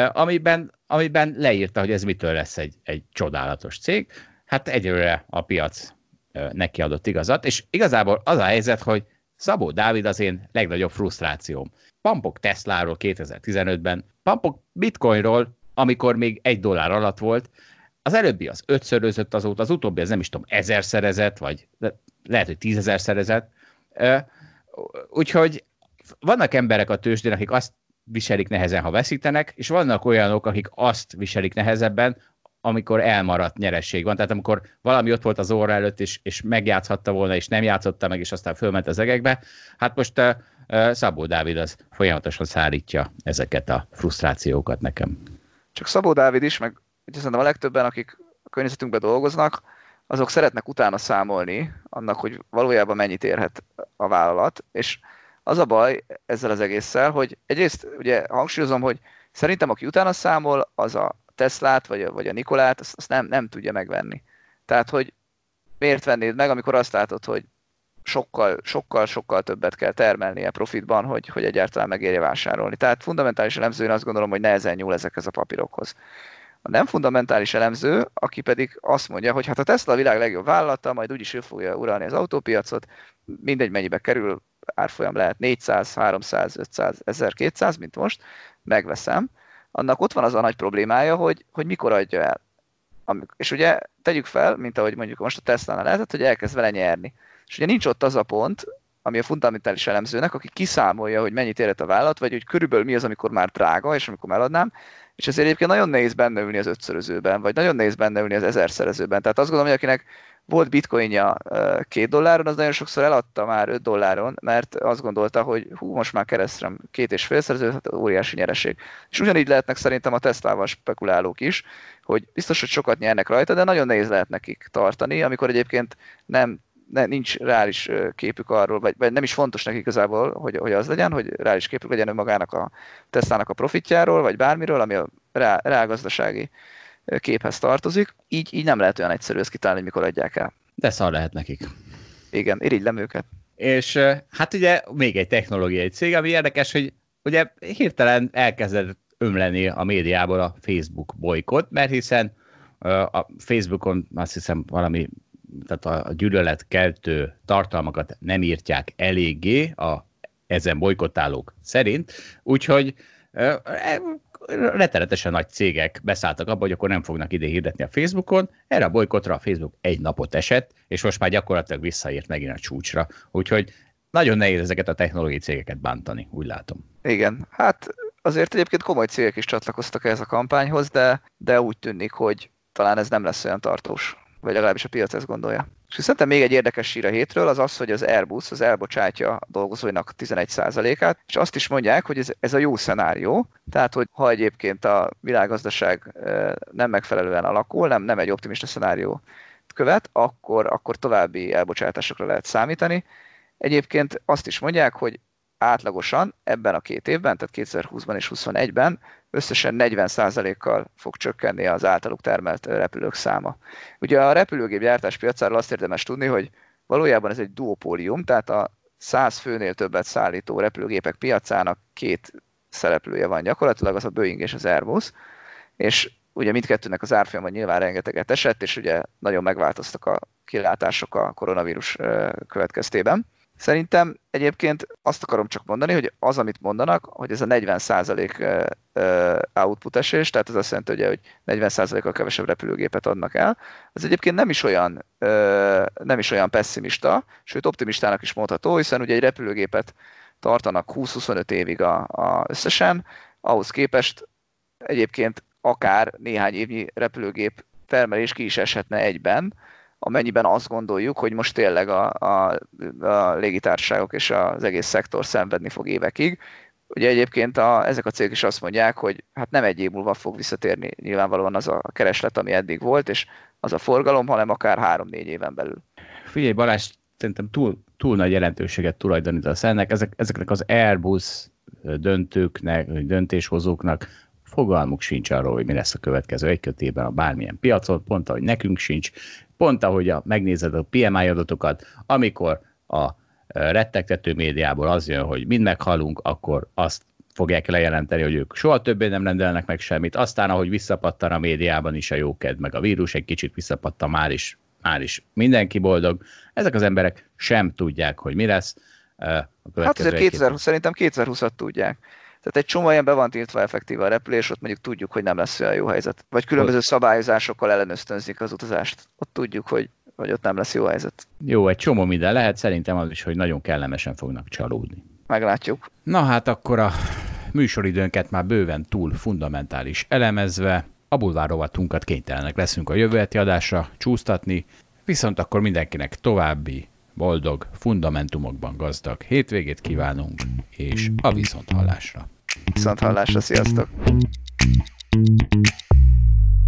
amiben leírta, hogy ez mitől lesz egy csodálatos cég. Hát egyelőre a piac neki adott igazat, és igazából az a helyzet, hogy Szabó Dávid az én legnagyobb frusztrációm. Pampok Tesláról 2015-ben, pampok Bitcoinról, amikor még $1 alatt volt, az előbbi az 5-szörözött azóta, az utóbbi az nem is tudom, 1000-szerezett, vagy lehet, hogy 10.000-szerezett. Úgyhogy vannak emberek a tőzsdén, akik azt viselik nehezen, ha veszítenek, és vannak olyanok, akik azt viselik nehezebben, amikor elmaradt nyeresség van. Tehát amikor valami ott volt az óra előtt, és megjátszhatta volna, és nem játszotta meg, és aztán fölment az egekbe. Hát most Szabó Dávid az folyamatosan szállítja ezeket a frusztrációkat nekem. Csak Szabó Dávid is, meg szerintem a legtöbben, akik a környezetünkben dolgoznak, azok szeretnek utána számolni annak, hogy valójában mennyit érhet a vállalat, és az a baj ezzel az egésszel, hogy egyrészt ugye hangsúlyozom, hogy szerintem aki utána számol, az a Teslát vagy a Nikolát, azt nem tudja megvenni. Tehát, hogy miért vennéd meg, amikor azt látod, hogy sokkal többet kell termelnie profitban, hogy egyáltalán megérje vásárolni. Tehát fundamentális elemző, én azt gondolom, hogy nehezen nyúl ezekhez a papírokhoz. A nem fundamentális elemző, aki pedig azt mondja, hogy hát a Tesla a világ legjobb vállalata, majd úgyis ő fogja uralni az autópiacot, mindegy mennyibe kerül, árfolyam lehet 400, 300, 500, 1200, mint most, megveszem. Annak ott van az a nagy problémája, hogy mikor adja el. És ugye tegyük fel, mint ahogy mondjuk most a Tesla-nál lehetett, hogy elkezd vele nyerni. És ugye nincs ott az a pont, ami a fundamentális elemzőnek, aki kiszámolja, hogy mennyit érhet a vállalat, vagy hogy körülbelül mi az, amikor már drága, és amikor eladnám, és ezért egyébként nagyon nehéz benne ülni az 5-szörözőben, vagy nagyon nehéz benne ülni az 1000-szerezőben. Tehát azt gondolom, hogy akinek volt bitcoinja $2, az nagyon sokszor eladta már $5, mert azt gondolta, hogy most már keresztrem 2,5-szerező, hát óriási nyereség. És ugyanígy lehetnek szerintem a Teslával spekulálók is, hogy biztos, hogy sokat nyernek rajta, de nagyon nehéz lehet nekik tartani, amikor egyébként nincs reális képük arról, vagy nem is fontos nekik igazából, hogy az legyen, hogy reális képük legyen magának a Teslának a profitjáról, vagy bármiről, ami a reálgazdasági képhez tartozik. Így nem lehet olyan egyszerű ezt kitalálni, hogy mikor adják el. De szar lehet nekik. Igen, irigylem őket. És hát ugye még egy technológiai cég, ami érdekes, hogy ugye hirtelen elkezdett ömleni a médiából a Facebook bolykott, mert hiszen a Facebookon azt hiszem valami, tehát a gyűlöletkeltő tartalmakat nem írtják eléggé ezen bolykottálók szerint, úgyhogy rettenetesen nagy cégek beszálltak abba, hogy akkor nem fognak ide hirdetni a Facebookon. Erre a bolykottra a Facebook egy napot esett, és most már gyakorlatilag visszaért megint a csúcsra. Úgyhogy nagyon nehéz ezeket a technológiai cégeket bántani, úgy látom. Igen, hát azért egyébként komoly cégek is csatlakoztak ehhez a kampányhoz, de úgy tűnik, hogy talán ez nem lesz olyan tartós, vagy legalábbis a piac ezt gondolja. És szerintem még egy érdekes hír a hétről az, hogy az Airbus az elbocsátja a dolgozóinak 11%-át, és azt is mondják, hogy ez a jó szenárió, tehát hogy ha egyébként a világgazdaság nem megfelelően alakul, nem egy optimista szenárió követ, akkor további elbocsátásokra lehet számítani. Egyébként azt is mondják, hogy átlagosan ebben a 2 évben, tehát 2020-ban és 2021-ben összesen 40%-kal fog csökkenni az általuk termelt repülők száma. Ugye a repülőgép gyártás piacáról azt érdemes tudni, hogy valójában ez egy duopólium, tehát a 100 főnél többet szállító repülőgépek piacának 2 szereplője van gyakorlatilag, az a Boeing és az Airbus, és ugye mindkettőnek az árfolyama nyilván rengeteget esett, és ugye nagyon megváltoztak a kilátások a koronavírus következtében. Szerintem egyébként azt akarom csak mondani, hogy az, amit mondanak, hogy ez a 40% output esés, tehát ez azt jelenti, ugye, hogy 40%-kal kevesebb repülőgépet adnak el, az egyébként nem is olyan pessimista, sőt optimistának is mondható, hiszen ugye egy repülőgépet tartanak 20-25 évig összesen, ahhoz képest egyébként akár néhány évnyi repülőgép termelés ki is eshetne egyben, amennyiben azt gondoljuk, hogy most tényleg a légitársaságok és az egész szektor szenvedni fog évekig. Ugye egyébként ezek a cégek is azt mondják, hogy hát nem egy év múlva fog visszatérni nyilvánvalóan az a kereslet, ami eddig volt, és az a forgalom, hanem akár 3-4 éven belül. Figyelj Balázs, szerintem túl nagy jelentőséget tulajdonítasz ennek, ezeknek az Airbus döntéshozóknak fogalmuk sincs arról, hogy mi lesz a következő 1-2 évben a bármilyen piacon, pont ahogy nekünk sincs, pont ahogy megnézed a PMI adatokat, amikor a rettegtető médiából az jön, hogy mind meghalunk, akkor azt fogják lejelenteni, hogy ők soha többé nem rendelnek meg semmit, aztán ahogy visszapattan a médiában is a jókedv, meg a vírus egy kicsit visszapattan, már is mindenki boldog. Ezek az emberek sem tudják, hogy mi lesz a következő. Hát szerintem 2020-at tudják. Tehát egy csomó ilyen be van tiltva effektíve a repülés, ott mondjuk tudjuk, hogy nem lesz olyan jó helyzet. Vagy különböző szabályozásokkal ellenösztönzik az utazást. Ott tudjuk, hogy ott nem lesz jó helyzet. Jó, egy csomó minden lehet, szerintem az is, hogy nagyon kellemesen fognak csalódni. Meglátjuk. Na hát akkor a műsoridőnket már bőven túl fundamentális elemezve, a bulvár rovatunkat kénytelenek leszünk a jövő heti adásra csúsztatni, viszont akkor mindenkinek további boldog, fundamentumokban gazdag hétvégét kívánunk, és a viszonthallásra. Viszonthallásra, sziasztok!